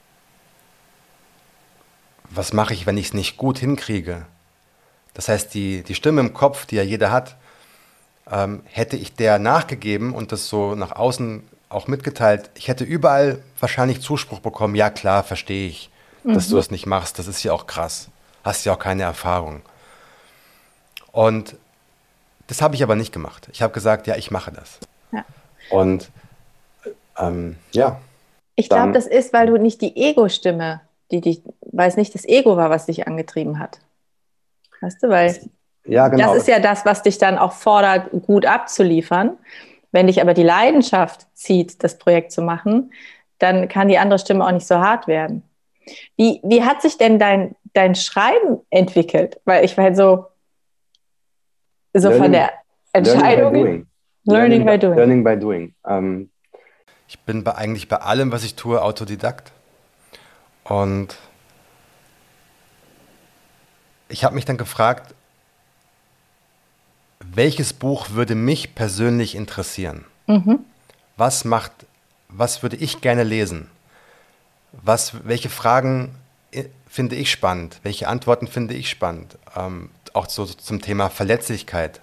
was mache ich, wenn ich es nicht gut hinkriege? Das heißt, die, die Stimme im Kopf, die ja jeder hat, ähm, hätte ich der nachgegeben und das so nach außen auch mitgeteilt, ich hätte überall wahrscheinlich Zuspruch bekommen, ja klar, verstehe ich, dass Mhm. du das nicht machst, das ist ja auch krass, hast ja auch keine Erfahrung. Und das habe ich aber nicht gemacht. Ich habe gesagt, ja, ich mache das. Ja. Und ähm, ja, Ich Dann- glaube, das ist, weil du nicht die Ego-Stimme, die dich, weil es nicht das Ego war, was dich angetrieben hat. Weißt du, weil Ja, genau. das ist ja das, was dich dann auch fordert, gut abzuliefern. Wenn dich aber die Leidenschaft zieht, das Projekt zu machen, dann kann die andere Stimme auch nicht so hart werden. Wie, wie hat sich denn dein, dein Schreiben entwickelt? Weil ich war halt so, so von Learning- der Learning by Entscheidung. doing. Learning by doing. Learning by doing. Ähm, ich bin bei, eigentlich bei allem, was ich tue, Autodidakt. Und ich habe mich dann gefragt, welches Buch würde mich persönlich interessieren? Mhm. Was macht, was würde ich gerne lesen? Was, welche Fragen äh, finde ich spannend? Welche Antworten finde ich spannend? Ähm, auch so zum Thema Verletzlichkeit.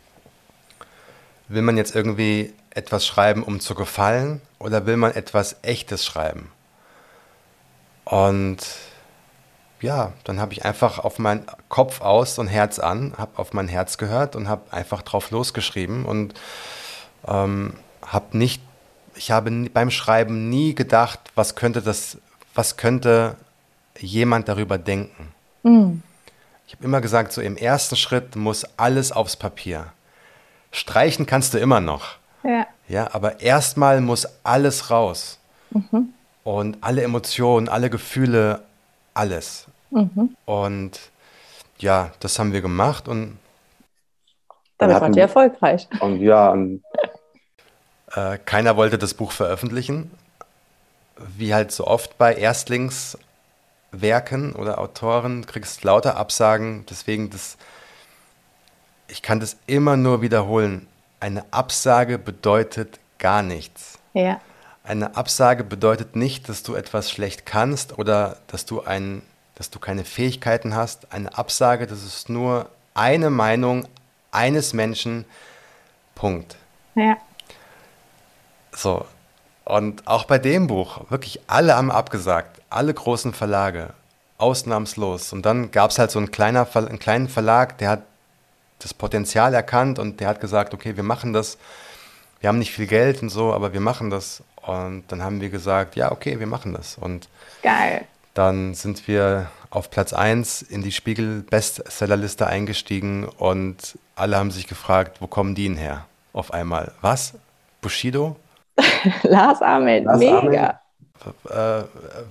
Will man jetzt irgendwie etwas schreiben, um zu gefallen, oder will man etwas Echtes schreiben? Und ja, dann habe ich einfach auf meinen Kopf aus und Herz an, habe auf mein Herz gehört und habe einfach drauf losgeschrieben und ähm, habe nicht, ich habe nie, beim Schreiben nie gedacht, was könnte das, was könnte jemand darüber denken. Mhm. Ich habe immer gesagt, so im ersten Schritt muss alles aufs Papier. Streichen kannst du immer noch, Ja. ja, aber erstmal muss alles raus. Mhm. Und alle Emotionen, alle Gefühle, alles. Mhm. Und ja, das haben wir gemacht und Damit hatten- wart ihr erfolgreich. und ja, und äh, keiner wollte das Buch veröffentlichen. Wie halt so oft bei Erstlingswerken oder Autoren, kriegst lauter Absagen. Deswegen, das, ich kann das immer nur wiederholen. Eine Absage bedeutet gar nichts. Ja. Eine Absage bedeutet nicht, dass du etwas schlecht kannst oder dass du, ein, dass du keine Fähigkeiten hast. Eine Absage, das ist nur eine Meinung eines Menschen. Punkt. Ja. So. Und auch bei dem Buch, wirklich alle haben abgesagt. Alle großen Verlage. Ausnahmslos. Und dann gab es halt so einen, kleiner, Ver- einen kleinen Verlag, der hat das Potenzial erkannt und der hat gesagt, okay, wir machen das. Wir haben nicht viel Geld und so, aber wir machen das. Und dann haben wir gesagt, ja, okay, wir machen das. Und Geil. dann sind wir auf Platz eins in die Spiegel-Bestsellerliste eingestiegen und alle haben sich gefragt, wo kommen die denn her? Auf einmal. Was? Bushido? Lars Ahmed, Lars mega. Äh,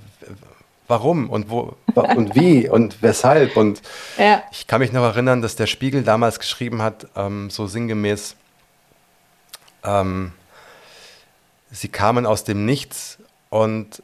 warum? Und wo? Und wie? Und weshalb? Und Ja. ich kann mich noch erinnern, dass der Spiegel damals geschrieben hat, ähm, so sinngemäß, ähm, sie kamen aus dem Nichts und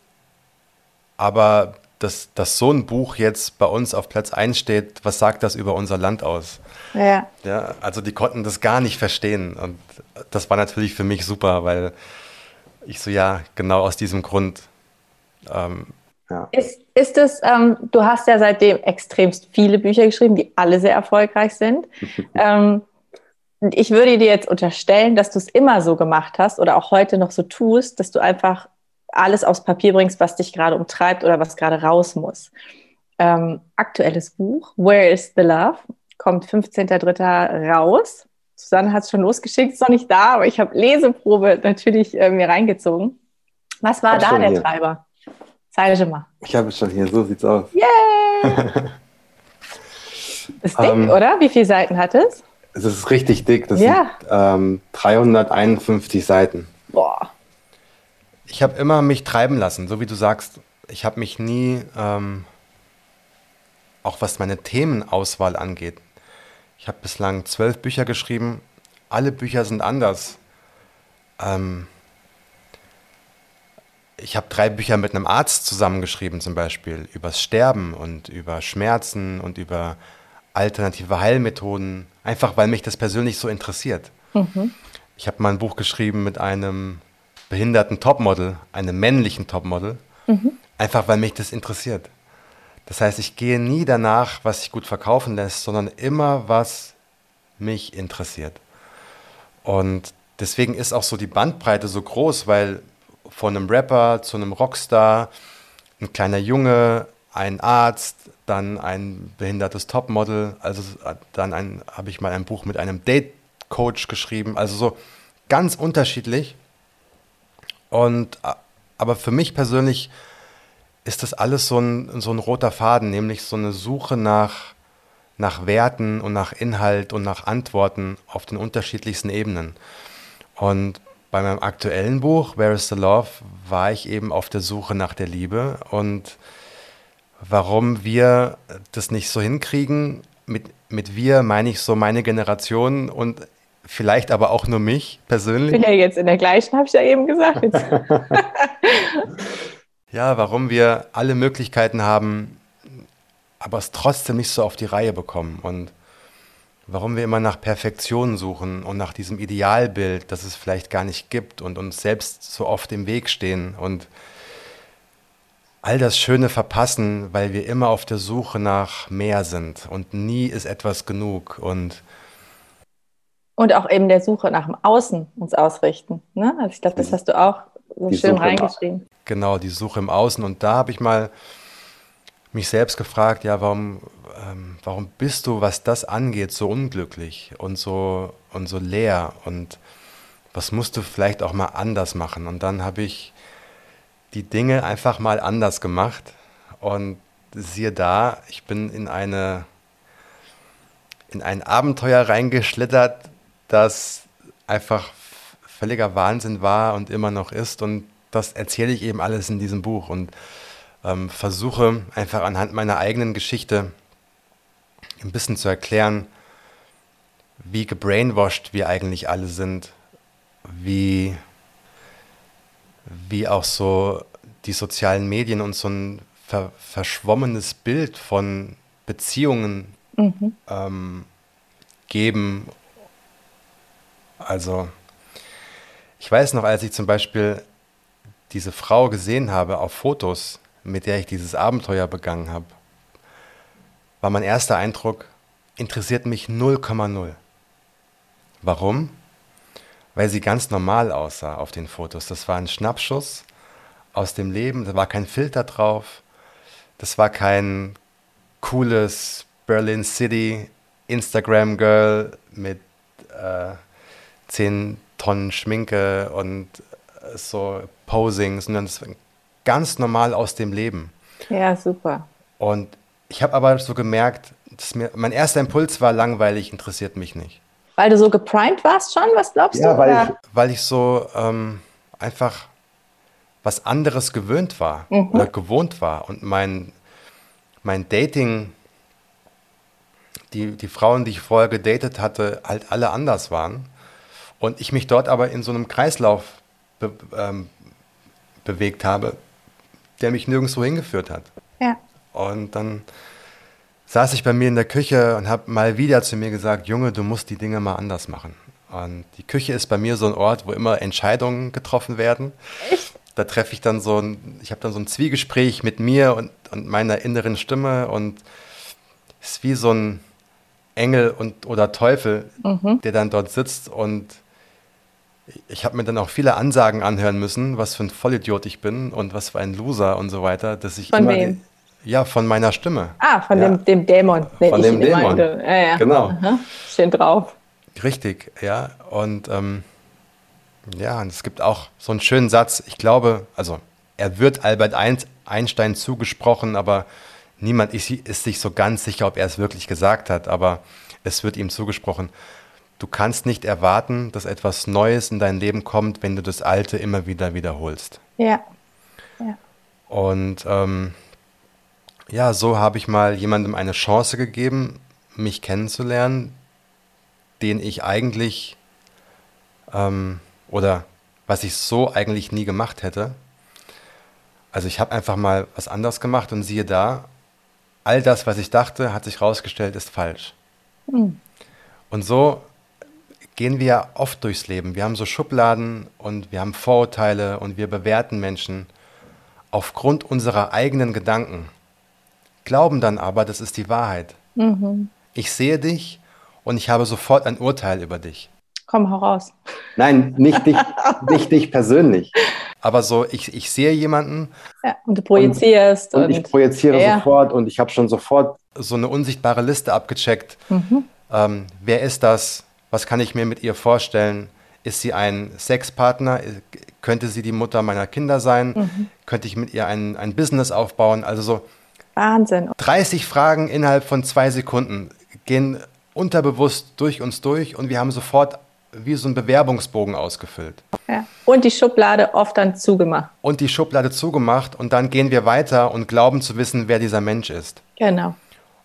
aber dass, dass so ein Buch jetzt bei uns auf Platz eins steht, was sagt das über unser Land aus? Ja. Ja, also die konnten das gar nicht verstehen und das war natürlich für mich super, weil ich so, ja, genau aus diesem Grund. Ähm, ja. Ist, ist es, ähm, du hast ja seitdem extremst viele Bücher geschrieben, die alle sehr erfolgreich sind. ähm, ich würde dir jetzt unterstellen, dass du es immer so gemacht hast oder auch heute noch so tust, dass du einfach alles aufs Papier bringst, was dich gerade umtreibt oder was gerade raus muss. Ähm, aktuelles Buch, Where is the Love? Kommt fünfzehnter dritter raus. Susanne hat es schon losgeschickt, ist noch nicht da, aber ich habe Leseprobe natürlich äh, mir reingezogen. Was war Hab da schon der hier. Treiber? Zeige mal. Ich habe es schon hier, so sieht's aus. Yay! Das Ding, Ähm, oder? Wie viele Seiten hat es? Es ist richtig dick. Das Ja. sind ähm, dreihunderteinundfünfzig Seiten. Boah. Ich habe immer mich treiben lassen, so wie du sagst. Ich habe mich nie, ähm, auch was meine Themenauswahl angeht. Ich habe bislang zwölf Bücher geschrieben. Alle Bücher sind anders. Ähm, ich habe drei Bücher mit einem Arzt zusammengeschrieben, zum Beispiel übers Sterben und über Schmerzen und über alternative Heilmethoden, einfach weil mich das persönlich so interessiert. Mhm. Ich habe mal ein Buch geschrieben mit einem behinderten Topmodel, einem männlichen Topmodel, Mhm. einfach weil mich das interessiert. Das heißt, ich gehe nie danach, was sich gut verkaufen lässt, sondern immer, was mich interessiert. Und deswegen ist auch so die Bandbreite so groß, weil von einem Rapper zu einem Rockstar, ein kleiner Junge, ein Arzt, dann ein behindertes Topmodel, also dann ein, habe ich mal ein Buch mit einem Date-Coach geschrieben, also so ganz unterschiedlich. Und aber für mich persönlich ist das alles so ein, so ein roter Faden, nämlich so eine Suche nach, nach Werten und nach Inhalt und nach Antworten auf den unterschiedlichsten Ebenen. Und bei meinem aktuellen Buch, Where is the Love, war ich eben auf der Suche nach der Liebe und warum wir das nicht so hinkriegen. Mit, mit wir meine ich so meine Generation und vielleicht aber auch nur mich Ich persönlich. bin ja jetzt in der gleichen, habe ich ja eben gesagt. Jetzt. Ja, warum wir alle Möglichkeiten haben, aber es trotzdem nicht so auf die Reihe bekommen und warum wir immer nach Perfektion suchen und nach diesem Idealbild, das es vielleicht gar nicht gibt und uns selbst so oft im Weg stehen und all das Schöne verpassen, weil wir immer auf der Suche nach mehr sind und nie ist etwas genug und Und auch eben der Suche nach dem Außen uns ausrichten. Ne? Also ich glaube, das hast du auch so Die schön Suche nach- reingeschrieben. genau die Suche im Außen. Und da habe ich mal mich selbst gefragt, ja, warum, ähm, warum bist du, was das angeht, so unglücklich und so, und so leer und was musst du vielleicht auch mal anders machen? Und dann habe ich die Dinge einfach mal anders gemacht und siehe da, ich bin in eine, in ein Abenteuer reingeschlittert, das einfach völliger Wahnsinn war und immer noch ist und das erzähle ich eben alles in diesem Buch und ähm, versuche einfach anhand meiner eigenen Geschichte ein bisschen zu erklären, wie gebrainwashed wir eigentlich alle sind, wie, wie auch so die sozialen Medien uns so ein ver verschwommenes Bild von Beziehungen Mhm. ähm, geben. Also ich weiß noch, als ich zum Beispiel diese Frau gesehen habe auf Fotos, mit der ich dieses Abenteuer begangen habe, war mein erster Eindruck, interessiert mich null Komma null. Warum? Weil sie ganz normal aussah auf den Fotos. Das war ein Schnappschuss aus dem Leben, da war kein Filter drauf, das war kein cooles Berlin City Instagram Girl mit äh, zehn Tonnen Schminke und äh, so Posing, sondern es war ganz normal aus dem Leben. Ja, super. Und ich habe aber so gemerkt, dass mir, mein erster Impuls war langweilig, interessiert mich nicht. Weil du so geprimed warst schon, was glaubst Ja, du? weil Oder? Weil ich so ähm, einfach was anderes gewöhnt war Mhm. oder gewohnt war. Und mein, mein Dating, die, die Frauen, die ich vorher gedatet hatte, halt alle anders waren. Und ich mich dort aber in so einem Kreislauf be, ähm, bewegt habe, der mich nirgendwo hingeführt hat. Ja. Und dann saß ich bei mir in der Küche und habe mal wieder zu mir gesagt, Junge, du musst die Dinge mal anders machen. Und die Küche ist bei mir so ein Ort, wo immer Entscheidungen getroffen werden. Echt? Da treffe ich dann so ein, ich habe dann so ein Zwiegespräch mit mir und, und meiner inneren Stimme und es ist wie so ein Engel und, oder Teufel, Mhm. der dann dort sitzt und ich habe mir dann auch viele Ansagen anhören müssen, was für ein Vollidiot ich bin und was für ein Loser und so weiter, dass ich Von immer wem? Die, ja, von meiner Stimme. Ah, von Ja. dem, dem Dämon. nenn Von ich dem ihn immer. Dämon. Ja, ja. Genau. Aha. Schön drauf. Richtig, ja. Und ähm, ja, und es gibt auch so einen schönen Satz, ich glaube, also er wird Albert Einstein zugesprochen, aber niemand ist, ist sich so ganz sicher, ob er es wirklich gesagt hat, aber es wird ihm zugesprochen. du kannst nicht erwarten, dass etwas Neues in dein Leben kommt, wenn du das Alte immer wieder wiederholst. Ja. Ja. Und ähm, ja, so habe ich mal jemandem eine Chance gegeben, mich kennenzulernen, den ich eigentlich ähm, oder was ich so eigentlich nie gemacht hätte. Also ich habe einfach mal was anderes gemacht und siehe da, all das, was ich dachte, hat sich rausgestellt, ist falsch. Mhm. Und so gehen wir oft durchs Leben. Wir haben so Schubladen und wir haben Vorurteile und wir bewerten Menschen aufgrund unserer eigenen Gedanken, glauben dann aber, das ist die Wahrheit. Mhm. Ich sehe dich und ich habe sofort ein Urteil über dich. Komm, hau raus. Nein, nicht dich, nicht dich persönlich. Aber so, ich, ich sehe jemanden, Ja, und du projizierst. Und, und ich projiziere ja. sofort und ich habe schon sofort so eine unsichtbare Liste abgecheckt. Mhm. Ähm, wer ist das? Was kann ich mir mit ihr vorstellen? Ist sie ein Sexpartner? Könnte sie die Mutter meiner Kinder sein? Mhm. Könnte ich mit ihr ein, ein Business aufbauen? Also so Wahnsinn. dreißig Fragen innerhalb von zwei Sekunden gehen unterbewusst durch uns durch und wir haben sofort wie so einen Bewerbungsbogen ausgefüllt. Ja. Und die Schublade oft dann zugemacht. Und die Schublade zugemacht und dann gehen wir weiter und glauben zu wissen, wer dieser Mensch ist. Genau.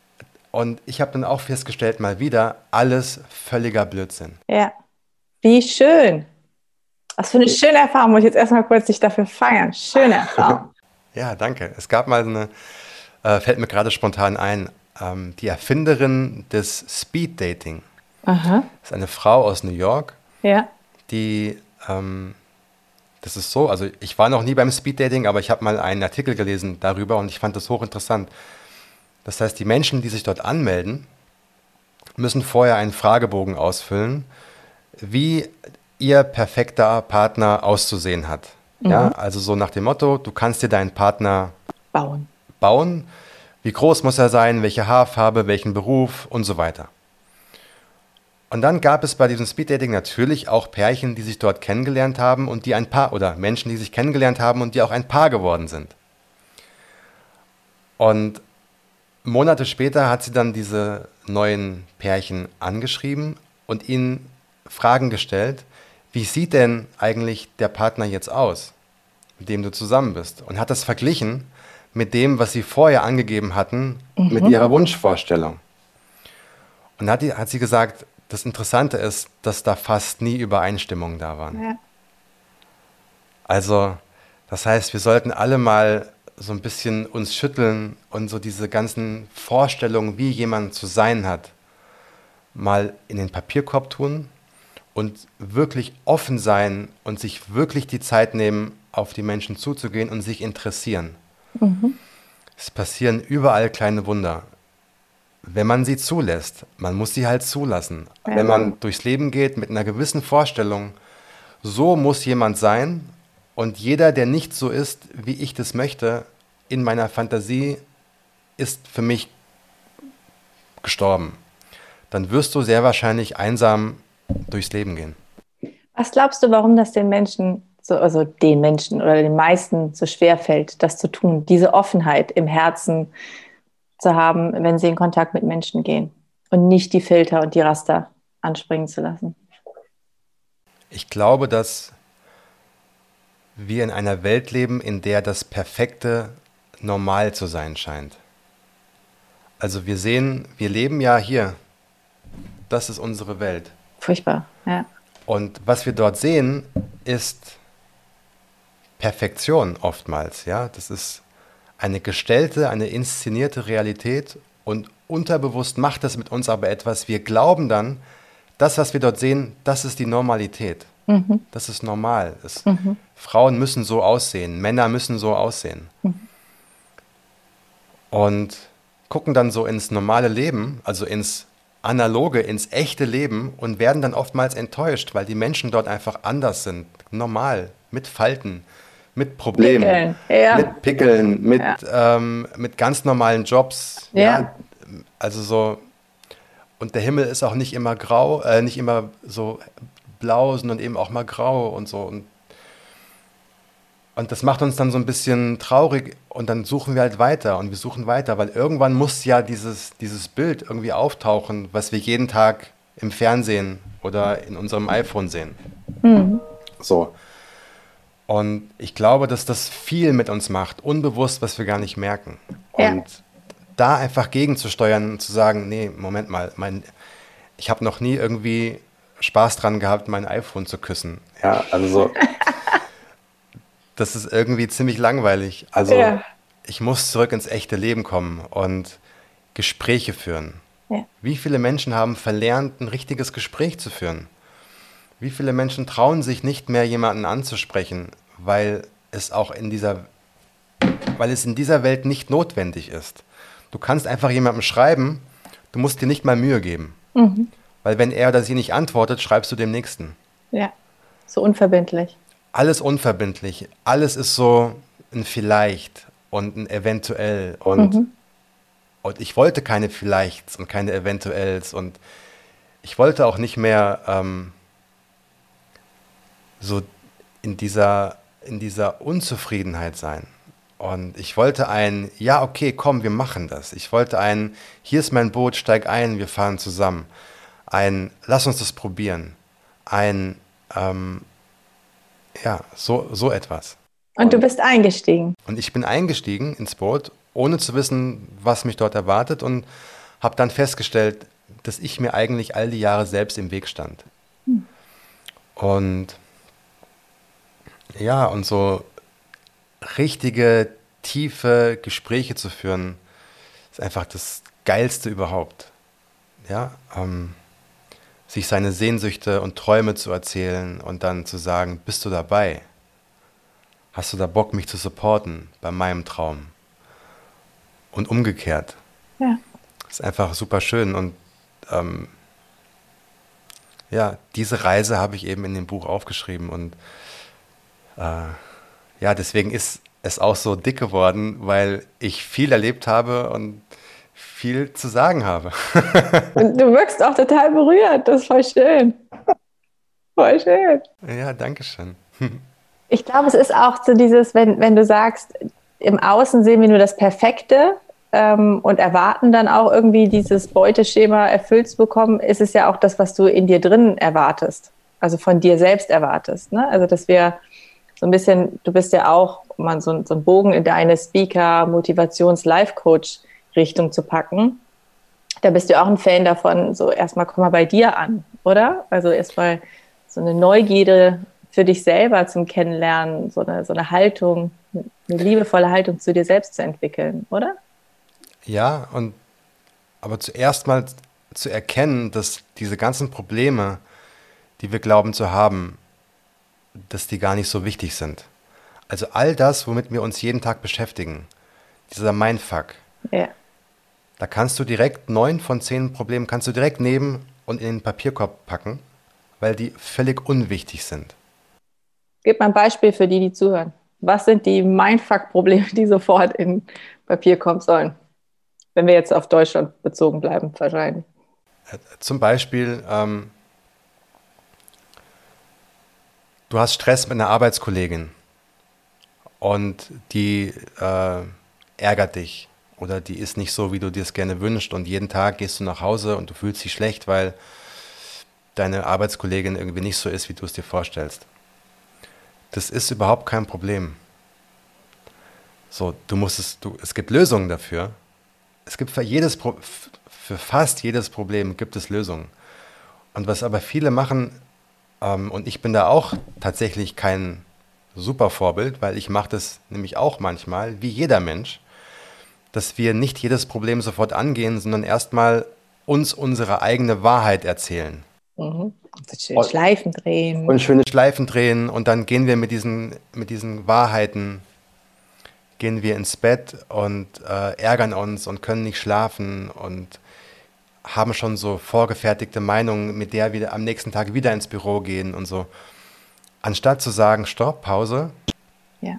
Und ich habe dann auch festgestellt, mal wieder, alles völliger Blödsinn. Ja. Wie schön. Was für eine schöne Erfahrung. Muss ich jetzt erstmal kurz dich dafür feiern. Schöne Erfahrung. Ja, danke. Es gab mal eine, äh, fällt mir gerade spontan ein, ähm, die Erfinderin des Speed Dating. Aha. Das ist eine Frau aus New York, Ja. die, ähm, das ist so, also ich war noch nie beim Speed Dating, aber ich habe mal einen Artikel gelesen darüber und ich fand das hochinteressant. Das heißt, die Menschen, die sich dort anmelden, müssen vorher einen Fragebogen ausfüllen, wie ihr perfekter Partner auszusehen hat. Mhm. Ja, also so nach dem Motto, du kannst dir deinen Partner bauen. bauen, wie groß muss er sein, welche Haarfarbe, welchen Beruf und so weiter. Und dann gab es bei diesem Speeddating natürlich auch Pärchen, die sich dort kennengelernt haben und die ein Paar, oder Menschen, die sich kennengelernt haben und die auch ein Paar geworden sind. Und Monate später hat sie dann diese neuen Pärchen angeschrieben und ihnen Fragen gestellt, wie sieht denn eigentlich der Partner jetzt aus, mit dem du zusammen bist? Und hat das verglichen mit dem, was sie vorher angegeben hatten, mhm. mit ihrer Wunschvorstellung. Und dann hat, die, hat sie gesagt, das Interessante ist, dass da fast nie Übereinstimmungen da waren. Ja. Also, das heißt, wir sollten alle mal so ein bisschen uns schütteln und so diese ganzen Vorstellungen, wie jemand zu sein hat, mal in den Papierkorb tun und wirklich offen sein und sich wirklich die Zeit nehmen, auf die Menschen zuzugehen und sich interessieren. Mhm. Es passieren überall kleine Wunder. Wenn man sie zulässt, man muss sie halt zulassen. Ja. Wenn man durchs Leben geht mit einer gewissen Vorstellung, so muss jemand sein und jeder, der nicht so ist, wie ich das möchte, in meiner Fantasie, ist für mich gestorben. Dann wirst du sehr wahrscheinlich einsam durchs Leben gehen. Was glaubst du, warum das den Menschen, so, also den Menschen oder den meisten so schwer fällt, das zu tun, diese Offenheit im Herzen zu haben, wenn sie in Kontakt mit Menschen gehen und nicht die Filter und die Raster anspringen zu lassen? Ich glaube, dass wir in einer Welt leben, in der das Perfekte normal zu sein scheint. Also wir sehen, wir leben ja hier. Das ist unsere Welt. Furchtbar, ja. Und was wir dort sehen, ist Perfektion oftmals. Ja? Das ist eine gestellte, eine inszenierte Realität und unterbewusst macht das mit uns aber etwas. Wir glauben dann, das, was wir dort sehen, das ist die Normalität. Mhm. Das ist normal. Es, mhm. Frauen müssen so aussehen, Männer müssen so aussehen. Mhm. Und gucken dann so ins normale Leben, also ins analoge, ins echte Leben und werden dann oftmals enttäuscht, weil die Menschen dort einfach anders sind, normal, mit Falten, mit Problemen, Pickeln. Ja. mit Pickeln, mit, ja. ähm, mit ganz normalen Jobs. Ja. Ja. Also so, und der Himmel ist auch nicht immer grau, äh, nicht immer so blau, sondern eben auch mal grau und so. Und, und das macht uns dann so ein bisschen traurig und dann suchen wir halt weiter und wir suchen weiter, weil irgendwann muss ja dieses, dieses Bild irgendwie auftauchen, was wir jeden Tag im Fernsehen oder in unserem iPhone sehen. Mhm. So. Und ich glaube, dass das viel mit uns macht, unbewusst, was wir gar nicht merken. Ja. Und da einfach gegenzusteuern und zu sagen, nee, Moment mal, mein, ich habe noch nie irgendwie Spaß dran gehabt, mein iPhone zu küssen. Ja, also so. Das ist irgendwie ziemlich langweilig. Also Ja. ich muss zurück ins echte Leben kommen und Gespräche führen. Ja. Wie viele Menschen haben verlernt, ein richtiges Gespräch zu führen? Wie viele Menschen trauen sich nicht mehr, jemanden anzusprechen, weil es auch in dieser, weil es in dieser Welt nicht notwendig ist. Du kannst einfach jemandem schreiben, du musst dir nicht mal Mühe geben. Mhm. Weil wenn er oder sie nicht antwortet, schreibst du dem Nächsten. Ja, so unverbindlich. Alles unverbindlich, alles ist so ein Vielleicht und ein Eventuell. Und, Mhm. und ich wollte keine Vielleichts und keine Eventuells. Und ich wollte auch nicht mehr ähm, so in dieser, in dieser Unzufriedenheit sein. Und ich wollte ein, ja, okay, komm, wir machen das. Ich wollte ein, hier ist mein Boot, steig ein, wir fahren zusammen. Ein, lass uns das probieren. Ein, ähm, ja, so, so etwas. Und du bist eingestiegen. Und ich bin eingestiegen ins Boot, ohne zu wissen, was mich dort erwartet, und habe dann festgestellt, dass ich mir eigentlich all die Jahre selbst im Weg stand. Hm. Und ja, und so richtige, tiefe Gespräche zu führen, ist einfach das Geilste überhaupt. Ja, ähm, sich seine Sehnsüchte und Träume zu erzählen und dann zu sagen, bist du dabei? Hast du da Bock, mich zu supporten bei meinem Traum? Und umgekehrt. Ja. Das ist einfach super schön. Und ähm, ja, diese Reise habe ich eben in dem Buch aufgeschrieben. Und äh, ja, deswegen ist es auch so dick geworden, weil ich viel erlebt habe und viel zu sagen habe. Und du wirkst auch total berührt. Das ist voll schön. Voll schön. Ja, danke schön. Ich glaube, es ist auch so dieses, wenn, wenn du sagst, im Außen sehen wir nur das Perfekte ähm, und erwarten dann auch irgendwie dieses Beuteschema erfüllt zu bekommen, ist es ja auch das, was du in dir drin erwartest. Also von dir selbst erwartest. Ne? Also, dass wir so ein bisschen, du bist ja auch, um mal so, so einen Bogen in deine Speaker-, Motivations-, Life-Coach-Richtung zu packen. Da bist du auch ein Fan davon, so erstmal komm mal bei dir an, oder? Also erstmal so eine Neugierde für dich selber zum Kennenlernen, so eine, so eine Haltung, eine liebevolle Haltung zu dir selbst zu entwickeln, oder? Ja, und aber zuerst mal zu erkennen, dass diese ganzen Probleme, die wir glauben zu haben, dass die gar nicht so wichtig sind. Also all das, womit wir uns jeden Tag beschäftigen, dieser Mindfuck, Ja. da kannst du direkt neun von zehn Problemen kannst du direkt nehmen und in den Papierkorb packen, weil die völlig unwichtig sind. Gib mal ein Beispiel für die, die zuhören. Was sind die Mindfuck-Probleme, die sofort in Papier kommen sollen? Wenn wir jetzt auf Deutschland bezogen bleiben, wahrscheinlich. Zum Beispiel, ähm, du hast Stress mit einer Arbeitskollegin und die äh, ärgert dich oder die ist nicht so, wie du dir es gerne wünschst, und jeden Tag gehst du nach Hause und du fühlst dich schlecht, weil deine Arbeitskollegin irgendwie nicht so ist, wie du es dir vorstellst. Das ist überhaupt kein Problem. So, du musst es, du, es gibt Lösungen dafür. Es gibt für jedes, Pro, für fast jedes Problem gibt es Lösungen. Und was aber viele machen, ähm, und ich bin da auch tatsächlich kein super Vorbild, weil ich mache das nämlich auch manchmal, wie jeder Mensch, dass wir nicht jedes Problem sofort angehen, sondern erstmal uns unsere eigene Wahrheit erzählen. Mhm. Schön Schleifen drehen. Und schöne Schleifen drehen, und dann gehen wir mit diesen, mit diesen Wahrheiten, gehen wir ins Bett und äh, ärgern uns und können nicht schlafen und haben schon so vorgefertigte Meinungen, mit der wir am nächsten Tag wieder ins Büro gehen und so. Anstatt zu sagen, Stopp, Pause. Ja.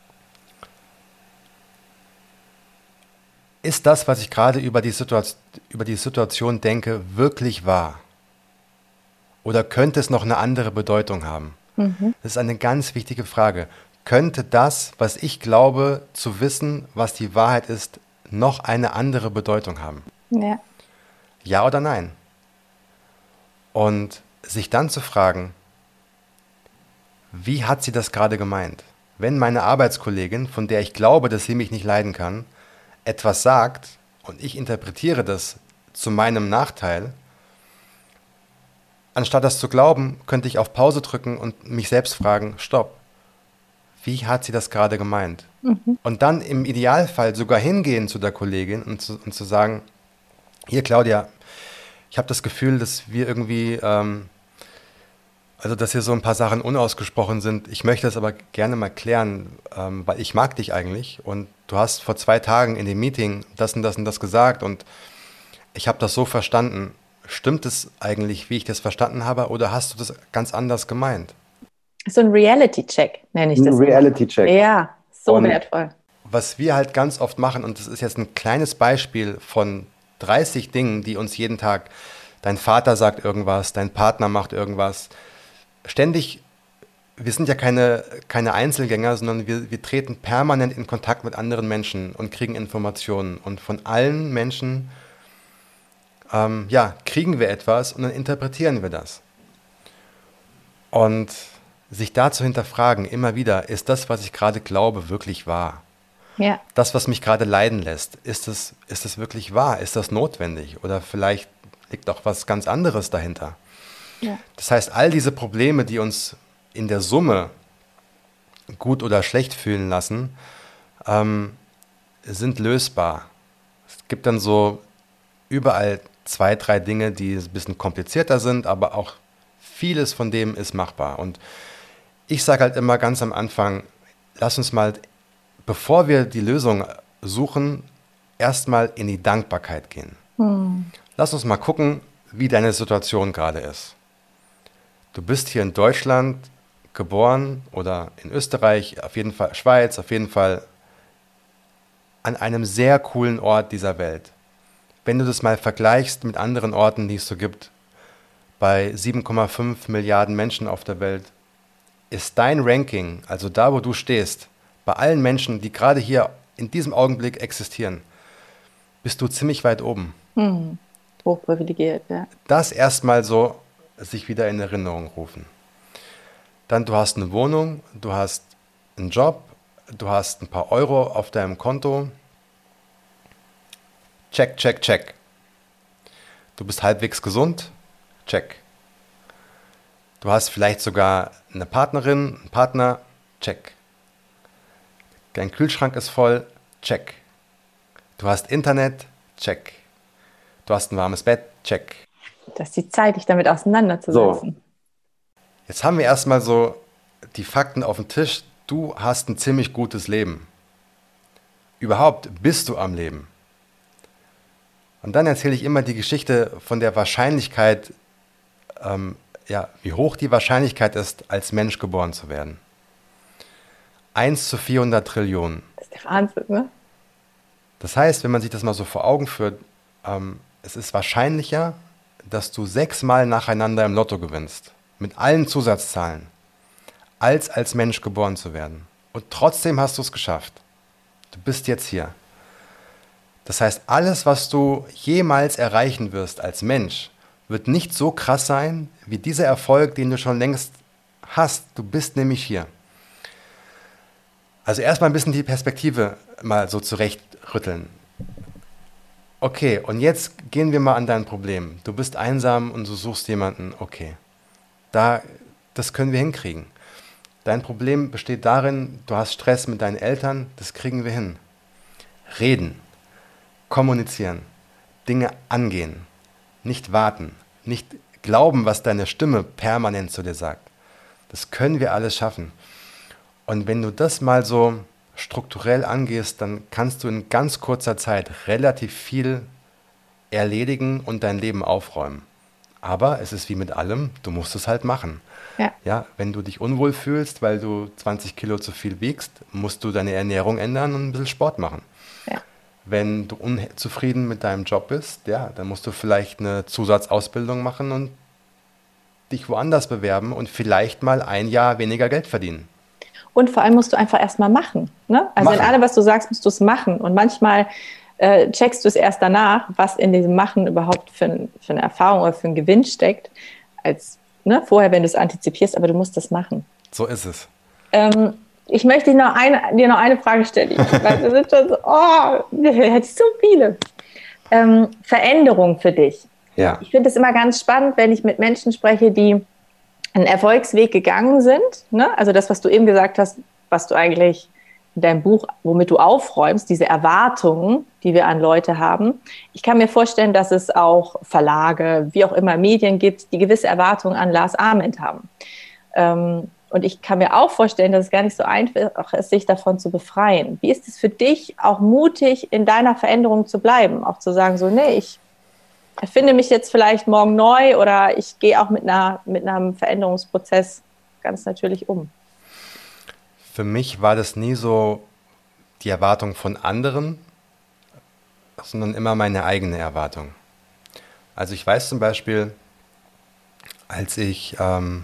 Ist das, was ich gerade über die Situation, über die Situation denke, wirklich wahr? Oder könnte es noch eine andere Bedeutung haben? Mhm. Das ist eine ganz wichtige Frage. Könnte das, was ich glaube zu wissen, was die Wahrheit ist, noch eine andere Bedeutung haben? Ja. Ja oder nein? Und sich dann zu fragen, wie hat sie das gerade gemeint? Wenn meine Arbeitskollegin, von der ich glaube, dass sie mich nicht leiden kann, etwas sagt und ich interpretiere das zu meinem Nachteil, anstatt das zu glauben, könnte ich auf Pause drücken und mich selbst fragen, stopp, wie hat sie das gerade gemeint? Mhm. Und dann im Idealfall sogar hingehen zu der Kollegin und zu, und zu sagen, hier Claudia, ich habe das Gefühl, dass wir irgendwie, ähm, also dass hier so ein paar Sachen unausgesprochen sind. Ich möchte das aber gerne mal klären, ähm, weil ich mag dich eigentlich und du hast vor zwei Tagen in dem Meeting das und das und das gesagt und ich habe das so verstanden. Stimmt es eigentlich, wie ich das verstanden habe, oder hast du das ganz anders gemeint? So ein Reality-Check nenne ich das. Ein Reality-Check. Ja, so Und wertvoll. Was wir halt ganz oft machen, und das ist jetzt ein kleines Beispiel von dreißig Dingen, die uns jeden Tag, dein Vater sagt irgendwas, dein Partner macht irgendwas, ständig, wir sind ja keine, keine Einzelgänger, sondern wir, wir treten permanent in Kontakt mit anderen Menschen und kriegen Informationen. Und von allen Menschen, ähm, ja, kriegen wir etwas und dann interpretieren wir das. Und sich da zu hinterfragen, immer wieder, ist das, was ich gerade glaube, wirklich wahr? Ja. Das, was mich gerade leiden lässt, ist es, ist es wirklich wahr? Ist das notwendig? Oder vielleicht liegt auch was ganz anderes dahinter? Ja. Das heißt, all diese Probleme, die uns in der Summe gut oder schlecht fühlen lassen, ähm, sind lösbar. Es gibt dann so überall zwei, drei Dinge, die ein bisschen komplizierter sind, aber auch vieles von dem ist machbar. Und ich sage halt immer ganz am Anfang, lass uns mal, bevor wir die Lösung suchen, erstmal in die Dankbarkeit gehen. Hm. Lass uns mal gucken, wie deine Situation gerade ist. Du bist hier in Deutschland geboren oder in Österreich, auf jeden Fall Schweiz, auf jeden Fall an einem sehr coolen Ort dieser Welt. Wenn du das mal vergleichst mit anderen Orten, die es so gibt, bei sieben Komma fünf Milliarden Menschen auf der Welt, ist dein Ranking, also da, wo du stehst, bei allen Menschen, die gerade hier in diesem Augenblick existieren, bist du ziemlich weit oben. Hm. Hochprivilegiert, ja. Das erstmal so sich wieder in Erinnerung rufen. Dann, du hast eine Wohnung, du hast einen Job, du hast ein paar Euro auf deinem Konto. Check, check, check. Du bist halbwegs gesund. Check. Du hast vielleicht sogar eine Partnerin, einen Partner. Check. Dein Kühlschrank ist voll. Check. Du hast Internet. Check. Du hast ein warmes Bett. Check. Das ist die Zeit, dich damit auseinanderzusetzen. So. Jetzt haben wir erstmal so die Fakten auf dem Tisch. Du hast ein ziemlich gutes Leben. Überhaupt bist du am Leben. Und dann erzähle ich immer die Geschichte von der Wahrscheinlichkeit, ähm, ja, wie hoch die Wahrscheinlichkeit ist, als Mensch geboren zu werden. eins zu vierhundert Trillionen. Das ist der Wahnsinn, ne? Das heißt, wenn man sich das mal so vor Augen führt, ähm, es ist wahrscheinlicher, dass du sechsmal nacheinander im Lotto gewinnst, mit allen Zusatzzahlen, als als Mensch geboren zu werden. Und trotzdem hast du es geschafft. Du bist jetzt hier. Das heißt, alles, was du jemals erreichen wirst als Mensch, wird nicht so krass sein, wie dieser Erfolg, den du schon längst hast. Du bist nämlich hier. Also erstmal ein bisschen die Perspektive mal so zurechtrütteln. Okay, und jetzt gehen wir mal an dein Problem. Du bist einsam und du suchst jemanden. Okay, da, das können wir hinkriegen. Dein Problem besteht darin, du hast Stress mit deinen Eltern. Das kriegen wir hin. Reden. Kommunizieren, Dinge angehen, nicht warten, nicht glauben, was deine Stimme permanent zu dir sagt. Das können wir alles schaffen. Und wenn du das mal so strukturell angehst, dann kannst du in ganz kurzer Zeit relativ viel erledigen und dein Leben aufräumen. Aber es ist wie mit allem, du musst es halt machen. Ja. Ja, wenn du dich unwohl fühlst, weil du zwanzig Kilo zu viel wiegst, musst du deine Ernährung ändern und ein bisschen Sport machen. Ja. Wenn du unzufrieden mit deinem Job bist, ja, dann musst du vielleicht eine Zusatzausbildung machen und dich woanders bewerben und vielleicht mal ein Jahr weniger Geld verdienen. Und vor allem musst du einfach erstmal machen. Ne? Also machen. in allem, was du sagst, musst du es machen. Und manchmal äh, checkst du es erst danach, was in diesem Machen überhaupt für, ein, für eine Erfahrung oder für einen Gewinn steckt. als ne, vorher, wenn du es antizipierst, aber du musst das machen. So ist es. Ähm, ich möchte noch eine, dir noch eine Frage stellen, weil wir sind schon so, oh, hätte ich so viele. Ähm, Veränderung für dich. Ja. Ich finde es immer ganz spannend, wenn ich mit Menschen spreche, die einen Erfolgsweg gegangen sind. Ne? Also das, was du eben gesagt hast, was du eigentlich in deinem Buch, womit du aufräumst, diese Erwartungen, die wir an Leute haben. Ich kann mir vorstellen, dass es auch Verlage, wie auch immer Medien gibt, die gewisse Erwartungen an Lars Ament haben. Ähm, und ich kann mir auch vorstellen, dass es gar nicht so einfach ist, sich davon zu befreien. Wie ist es für dich, auch mutig in deiner Veränderung zu bleiben? Auch zu sagen, so, nee, ich erfinde mich jetzt vielleicht morgen neu oder ich gehe auch mit, einer, mit einem Veränderungsprozess ganz natürlich um. Für mich war das nie so die Erwartung von anderen, sondern immer meine eigene Erwartung. Also ich weiß zum Beispiel, als ich, ähm,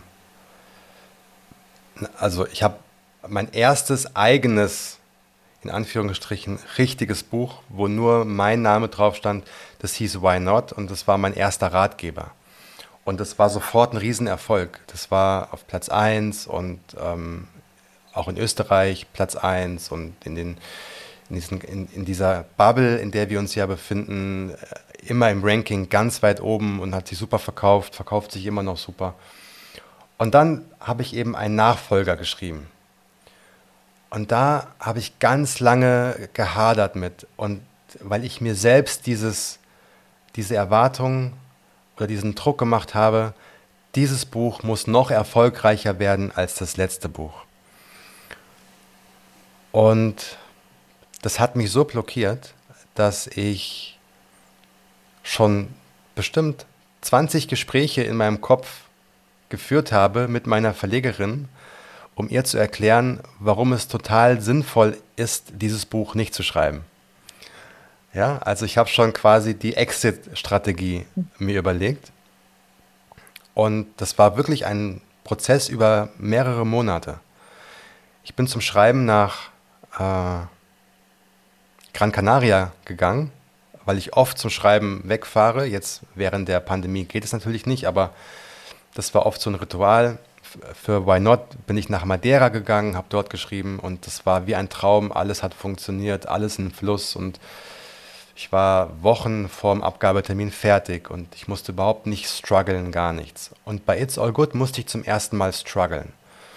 also ich habe mein erstes eigenes, in Anführungsstrichen, richtiges Buch, wo nur mein Name drauf stand, das hieß Why Not und das war mein erster Ratgeber. Und das war sofort ein Riesenerfolg. Das war auf Platz eins und ähm, auch in Österreich Platz eins und in, den, in, diesen, in, in dieser Bubble, in der wir uns ja befinden, immer im Ranking ganz weit oben und hat sich super verkauft, verkauft sich immer noch super. Und dann habe ich eben einen Nachfolger geschrieben. Und da habe ich ganz lange gehadert mit. Und weil ich mir selbst dieses, diese Erwartung oder diesen Druck gemacht habe, dieses Buch muss noch erfolgreicher werden als das letzte Buch. Und das hat mich so blockiert, dass ich schon bestimmt zwanzig Gespräche in meinem Kopf geführt habe mit meiner Verlegerin, um ihr zu erklären, warum es total sinnvoll ist, dieses Buch nicht zu schreiben. Ja, also ich habe schon quasi die Exit-Strategie mir überlegt. Und das war wirklich ein Prozess über mehrere Monate. Ich bin zum Schreiben nach äh, Gran Canaria gegangen, weil ich oft zum Schreiben wegfahre. Jetzt während der Pandemie geht es natürlich nicht, aber das war oft so ein Ritual. Für Why Not bin ich nach Madeira gegangen, habe dort geschrieben und das war wie ein Traum. Alles hat funktioniert, alles in Fluss und ich war Wochen vorm Abgabetermin fertig und ich musste überhaupt nicht strugglen, gar nichts. Und bei It's All Good musste ich zum ersten Mal strugglen.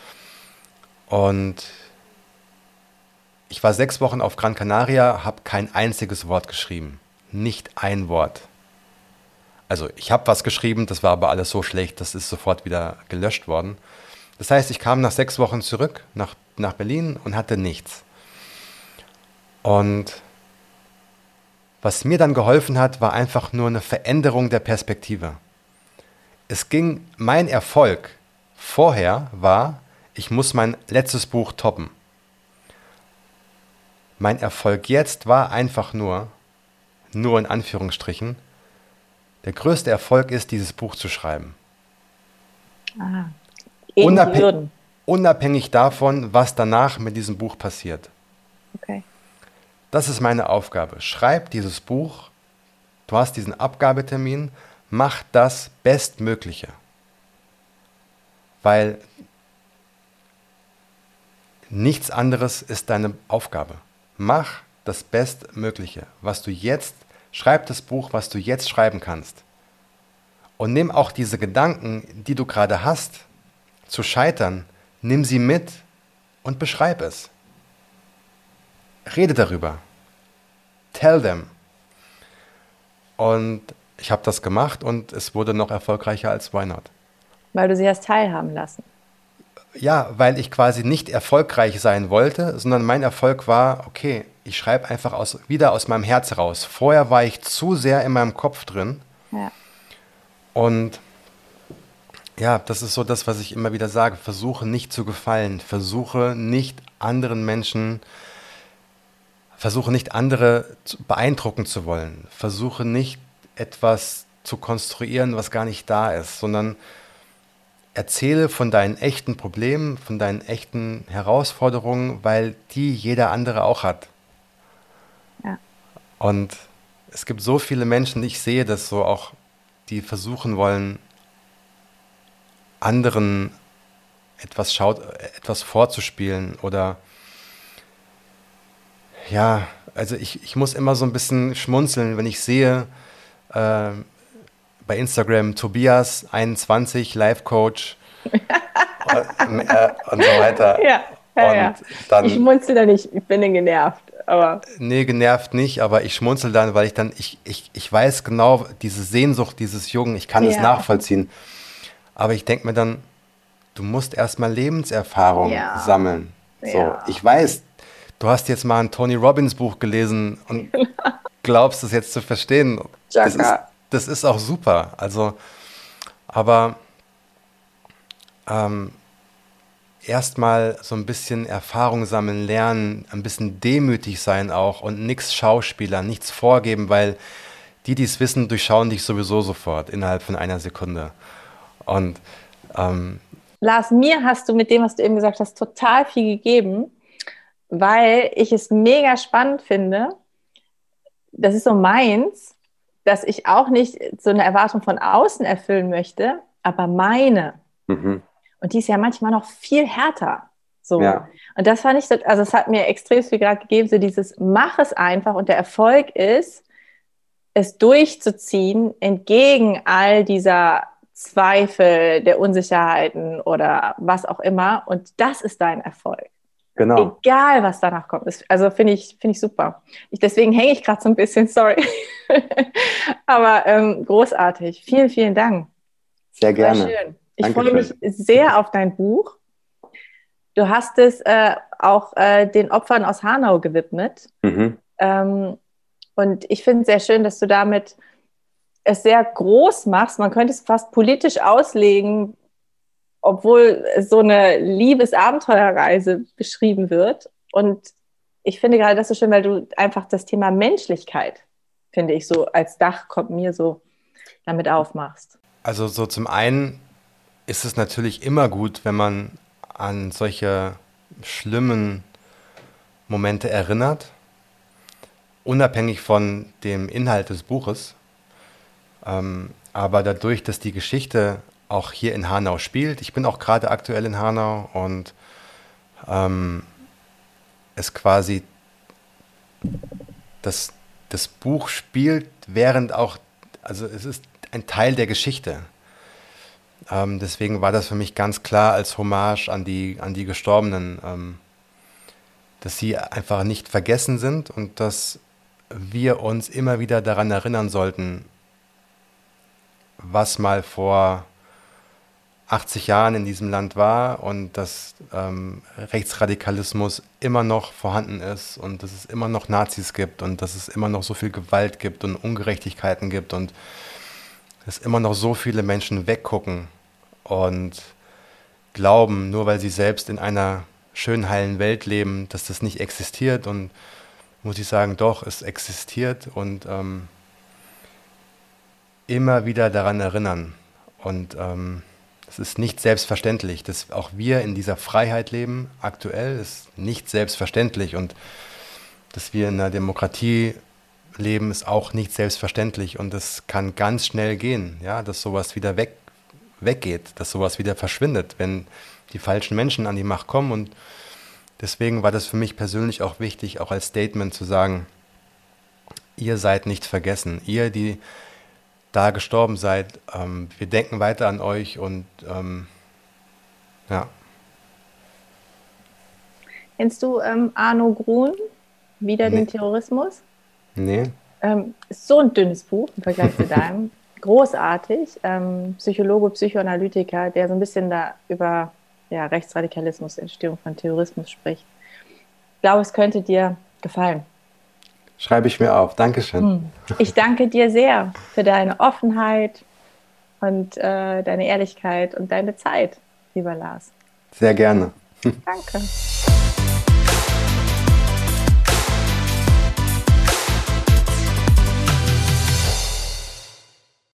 Und ich war sechs Wochen auf Gran Canaria, habe kein einziges Wort geschrieben. Nicht ein Wort. Also ich habe was geschrieben, das war aber alles so schlecht, das ist sofort wieder gelöscht worden. Das heißt, ich kam nach sechs Wochen zurück nach, nach Berlin und hatte nichts. Und was mir dann geholfen hat, war einfach nur eine Veränderung der Perspektive. Es ging, mein Erfolg vorher war, ich muss mein letztes Buch toppen. Mein Erfolg jetzt war einfach nur, nur in Anführungsstrichen, der größte Erfolg ist, dieses Buch zu schreiben. Ah, Unabhäng- unabhängig davon, was danach mit diesem Buch passiert. Okay. Das ist meine Aufgabe. Schreib dieses Buch, du hast diesen Abgabetermin, mach das Bestmögliche. Weil nichts anderes ist deine Aufgabe. Mach das Bestmögliche, was du jetzt, schreib das Buch, was du jetzt schreiben kannst. Und nimm auch diese Gedanken, die du gerade hast, zu scheitern, nimm sie mit und beschreib es. Rede darüber. Tell them. Und ich habe das gemacht und es wurde noch erfolgreicher als Why Not. Weil du sie hast teilhaben lassen. Ja, weil ich quasi nicht erfolgreich sein wollte, sondern mein Erfolg war, okay, ich schreibe einfach aus, wieder aus meinem Herz heraus. Vorher war ich zu sehr in meinem Kopf drin. Ja. Und ja, das ist so das, was ich immer wieder sage. Versuche nicht zu gefallen. Versuche nicht anderen Menschen, versuche nicht andere zu- beeindrucken zu wollen. Versuche nicht etwas zu konstruieren, was gar nicht da ist, sondern erzähle von deinen echten Problemen, von deinen echten Herausforderungen, weil die jeder andere auch hat. Ja. Und es gibt so viele Menschen, ich sehe das so auch, die versuchen wollen, anderen etwas schaut, etwas vorzuspielen oder ja, also ich, ich muss immer so ein bisschen schmunzeln, wenn ich sehe äh, bei Instagram Tobias einundzwanzig, Life Coach und, äh, und so weiter. Ja, ja, Und ja. dann, Ich schmunzel da nicht, ich bin dann genervt. Aber nee, genervt nicht, aber ich schmunzel dann, weil ich dann, ich, ich, ich weiß genau, diese Sehnsucht dieses Jungen, ich kann es Ja. nachvollziehen. Aber ich denke mir dann, du musst erstmal Lebenserfahrung Ja. sammeln. So, Ja. ich weiß, du hast jetzt mal ein Tony Robbins Buch gelesen und glaubst es jetzt zu verstehen. Das ist, Chaka. das ist auch super. Also, aber ähm, erstmal so ein bisschen Erfahrung sammeln, lernen, ein bisschen demütig sein auch und nichts Schauspieler, nichts vorgeben, weil die, die es wissen, durchschauen dich sowieso sofort innerhalb von einer Sekunde. Und ähm, Lars, mir hast du mit dem, was du eben gesagt hast, total viel gegeben, weil ich es mega spannend finde. Das ist so meins, dass ich auch nicht so eine Erwartung von außen erfüllen möchte, aber meine. Mhm. Und die ist ja manchmal noch viel härter. So. Ja. Und das fand ich, so, also es hat mir extrem viel gerade gegeben, so dieses, mach es einfach und der Erfolg ist, es durchzuziehen entgegen all dieser Zweifel, der Unsicherheiten oder was auch immer. Und das ist dein Erfolg. Genau. Egal, was danach kommt. Das, also finde ich, finde ich super. Ich, deswegen hänge ich gerade so ein bisschen, sorry. Aber ähm, großartig. Vielen, vielen Dank. Sehr Sehr gerne. schön. Ich Dankeschön. freue mich sehr auf dein Buch. Du hast es äh, auch äh, den Opfern aus Hanau gewidmet. Mhm. Ähm, und ich finde es sehr schön, dass du damit es sehr groß machst. Man könnte es fast politisch auslegen, obwohl so eine Liebesabenteuerreise beschrieben wird. Und ich finde gerade das so schön, weil du einfach das Thema Menschlichkeit, finde ich, so als Dach kommt mir so damit aufmachst. also so zum einen ist es natürlich immer gut, wenn man an solche schlimmen Momente erinnert, unabhängig von dem Inhalt des Buches. Ähm, aber dadurch, dass die Geschichte auch hier in Hanau spielt, ich bin auch gerade aktuell in Hanau und ähm, es quasi das, das Buch spielt, während auch, also es ist ein Teil der Geschichte. Ähm, deswegen war das für mich ganz klar als Hommage an die, an die Gestorbenen, ähm, dass sie einfach nicht vergessen sind und dass wir uns immer wieder daran erinnern sollten, was mal vor achtzig Jahren in diesem Land war und dass ähm, Rechtsradikalismus immer noch vorhanden ist und dass es immer noch Nazis gibt und dass es immer noch so viel Gewalt gibt und Ungerechtigkeiten gibt und dass immer noch so viele Menschen weggucken und glauben, nur weil sie selbst in einer schönen, heilen Welt leben, dass das nicht existiert. Und muss ich sagen, doch, es existiert und ähm, immer wieder daran erinnern. Und ähm, es ist nicht selbstverständlich, dass auch wir in dieser Freiheit leben. Aktuell ist nicht selbstverständlich und dass wir in einer Demokratie leben, ist auch nicht selbstverständlich und es kann ganz schnell gehen, ja, dass sowas wieder weg, weggeht, dass sowas wieder verschwindet, wenn die falschen Menschen an die Macht kommen. Und deswegen war das für mich persönlich auch wichtig, auch als Statement zu sagen, ihr seid nicht vergessen, ihr, die da gestorben seid, ähm, wir denken weiter an euch und ähm, ja. Kennst du ähm, Arno Grun, Wieder Nee. den Terrorismus? Nee. Ähm, ist so ein dünnes Buch im Vergleich zu deinem. Großartig. Ähm, Psychologe, Psychoanalytiker, der so ein bisschen da über ja, Rechtsradikalismus, Entstehung von Terrorismus spricht. Ich glaube, es könnte dir gefallen. Schreibe ich mir auf. Dankeschön. Hm. Ich danke dir sehr für deine Offenheit und äh, deine Ehrlichkeit und deine Zeit, lieber Lars. Sehr gerne. Danke.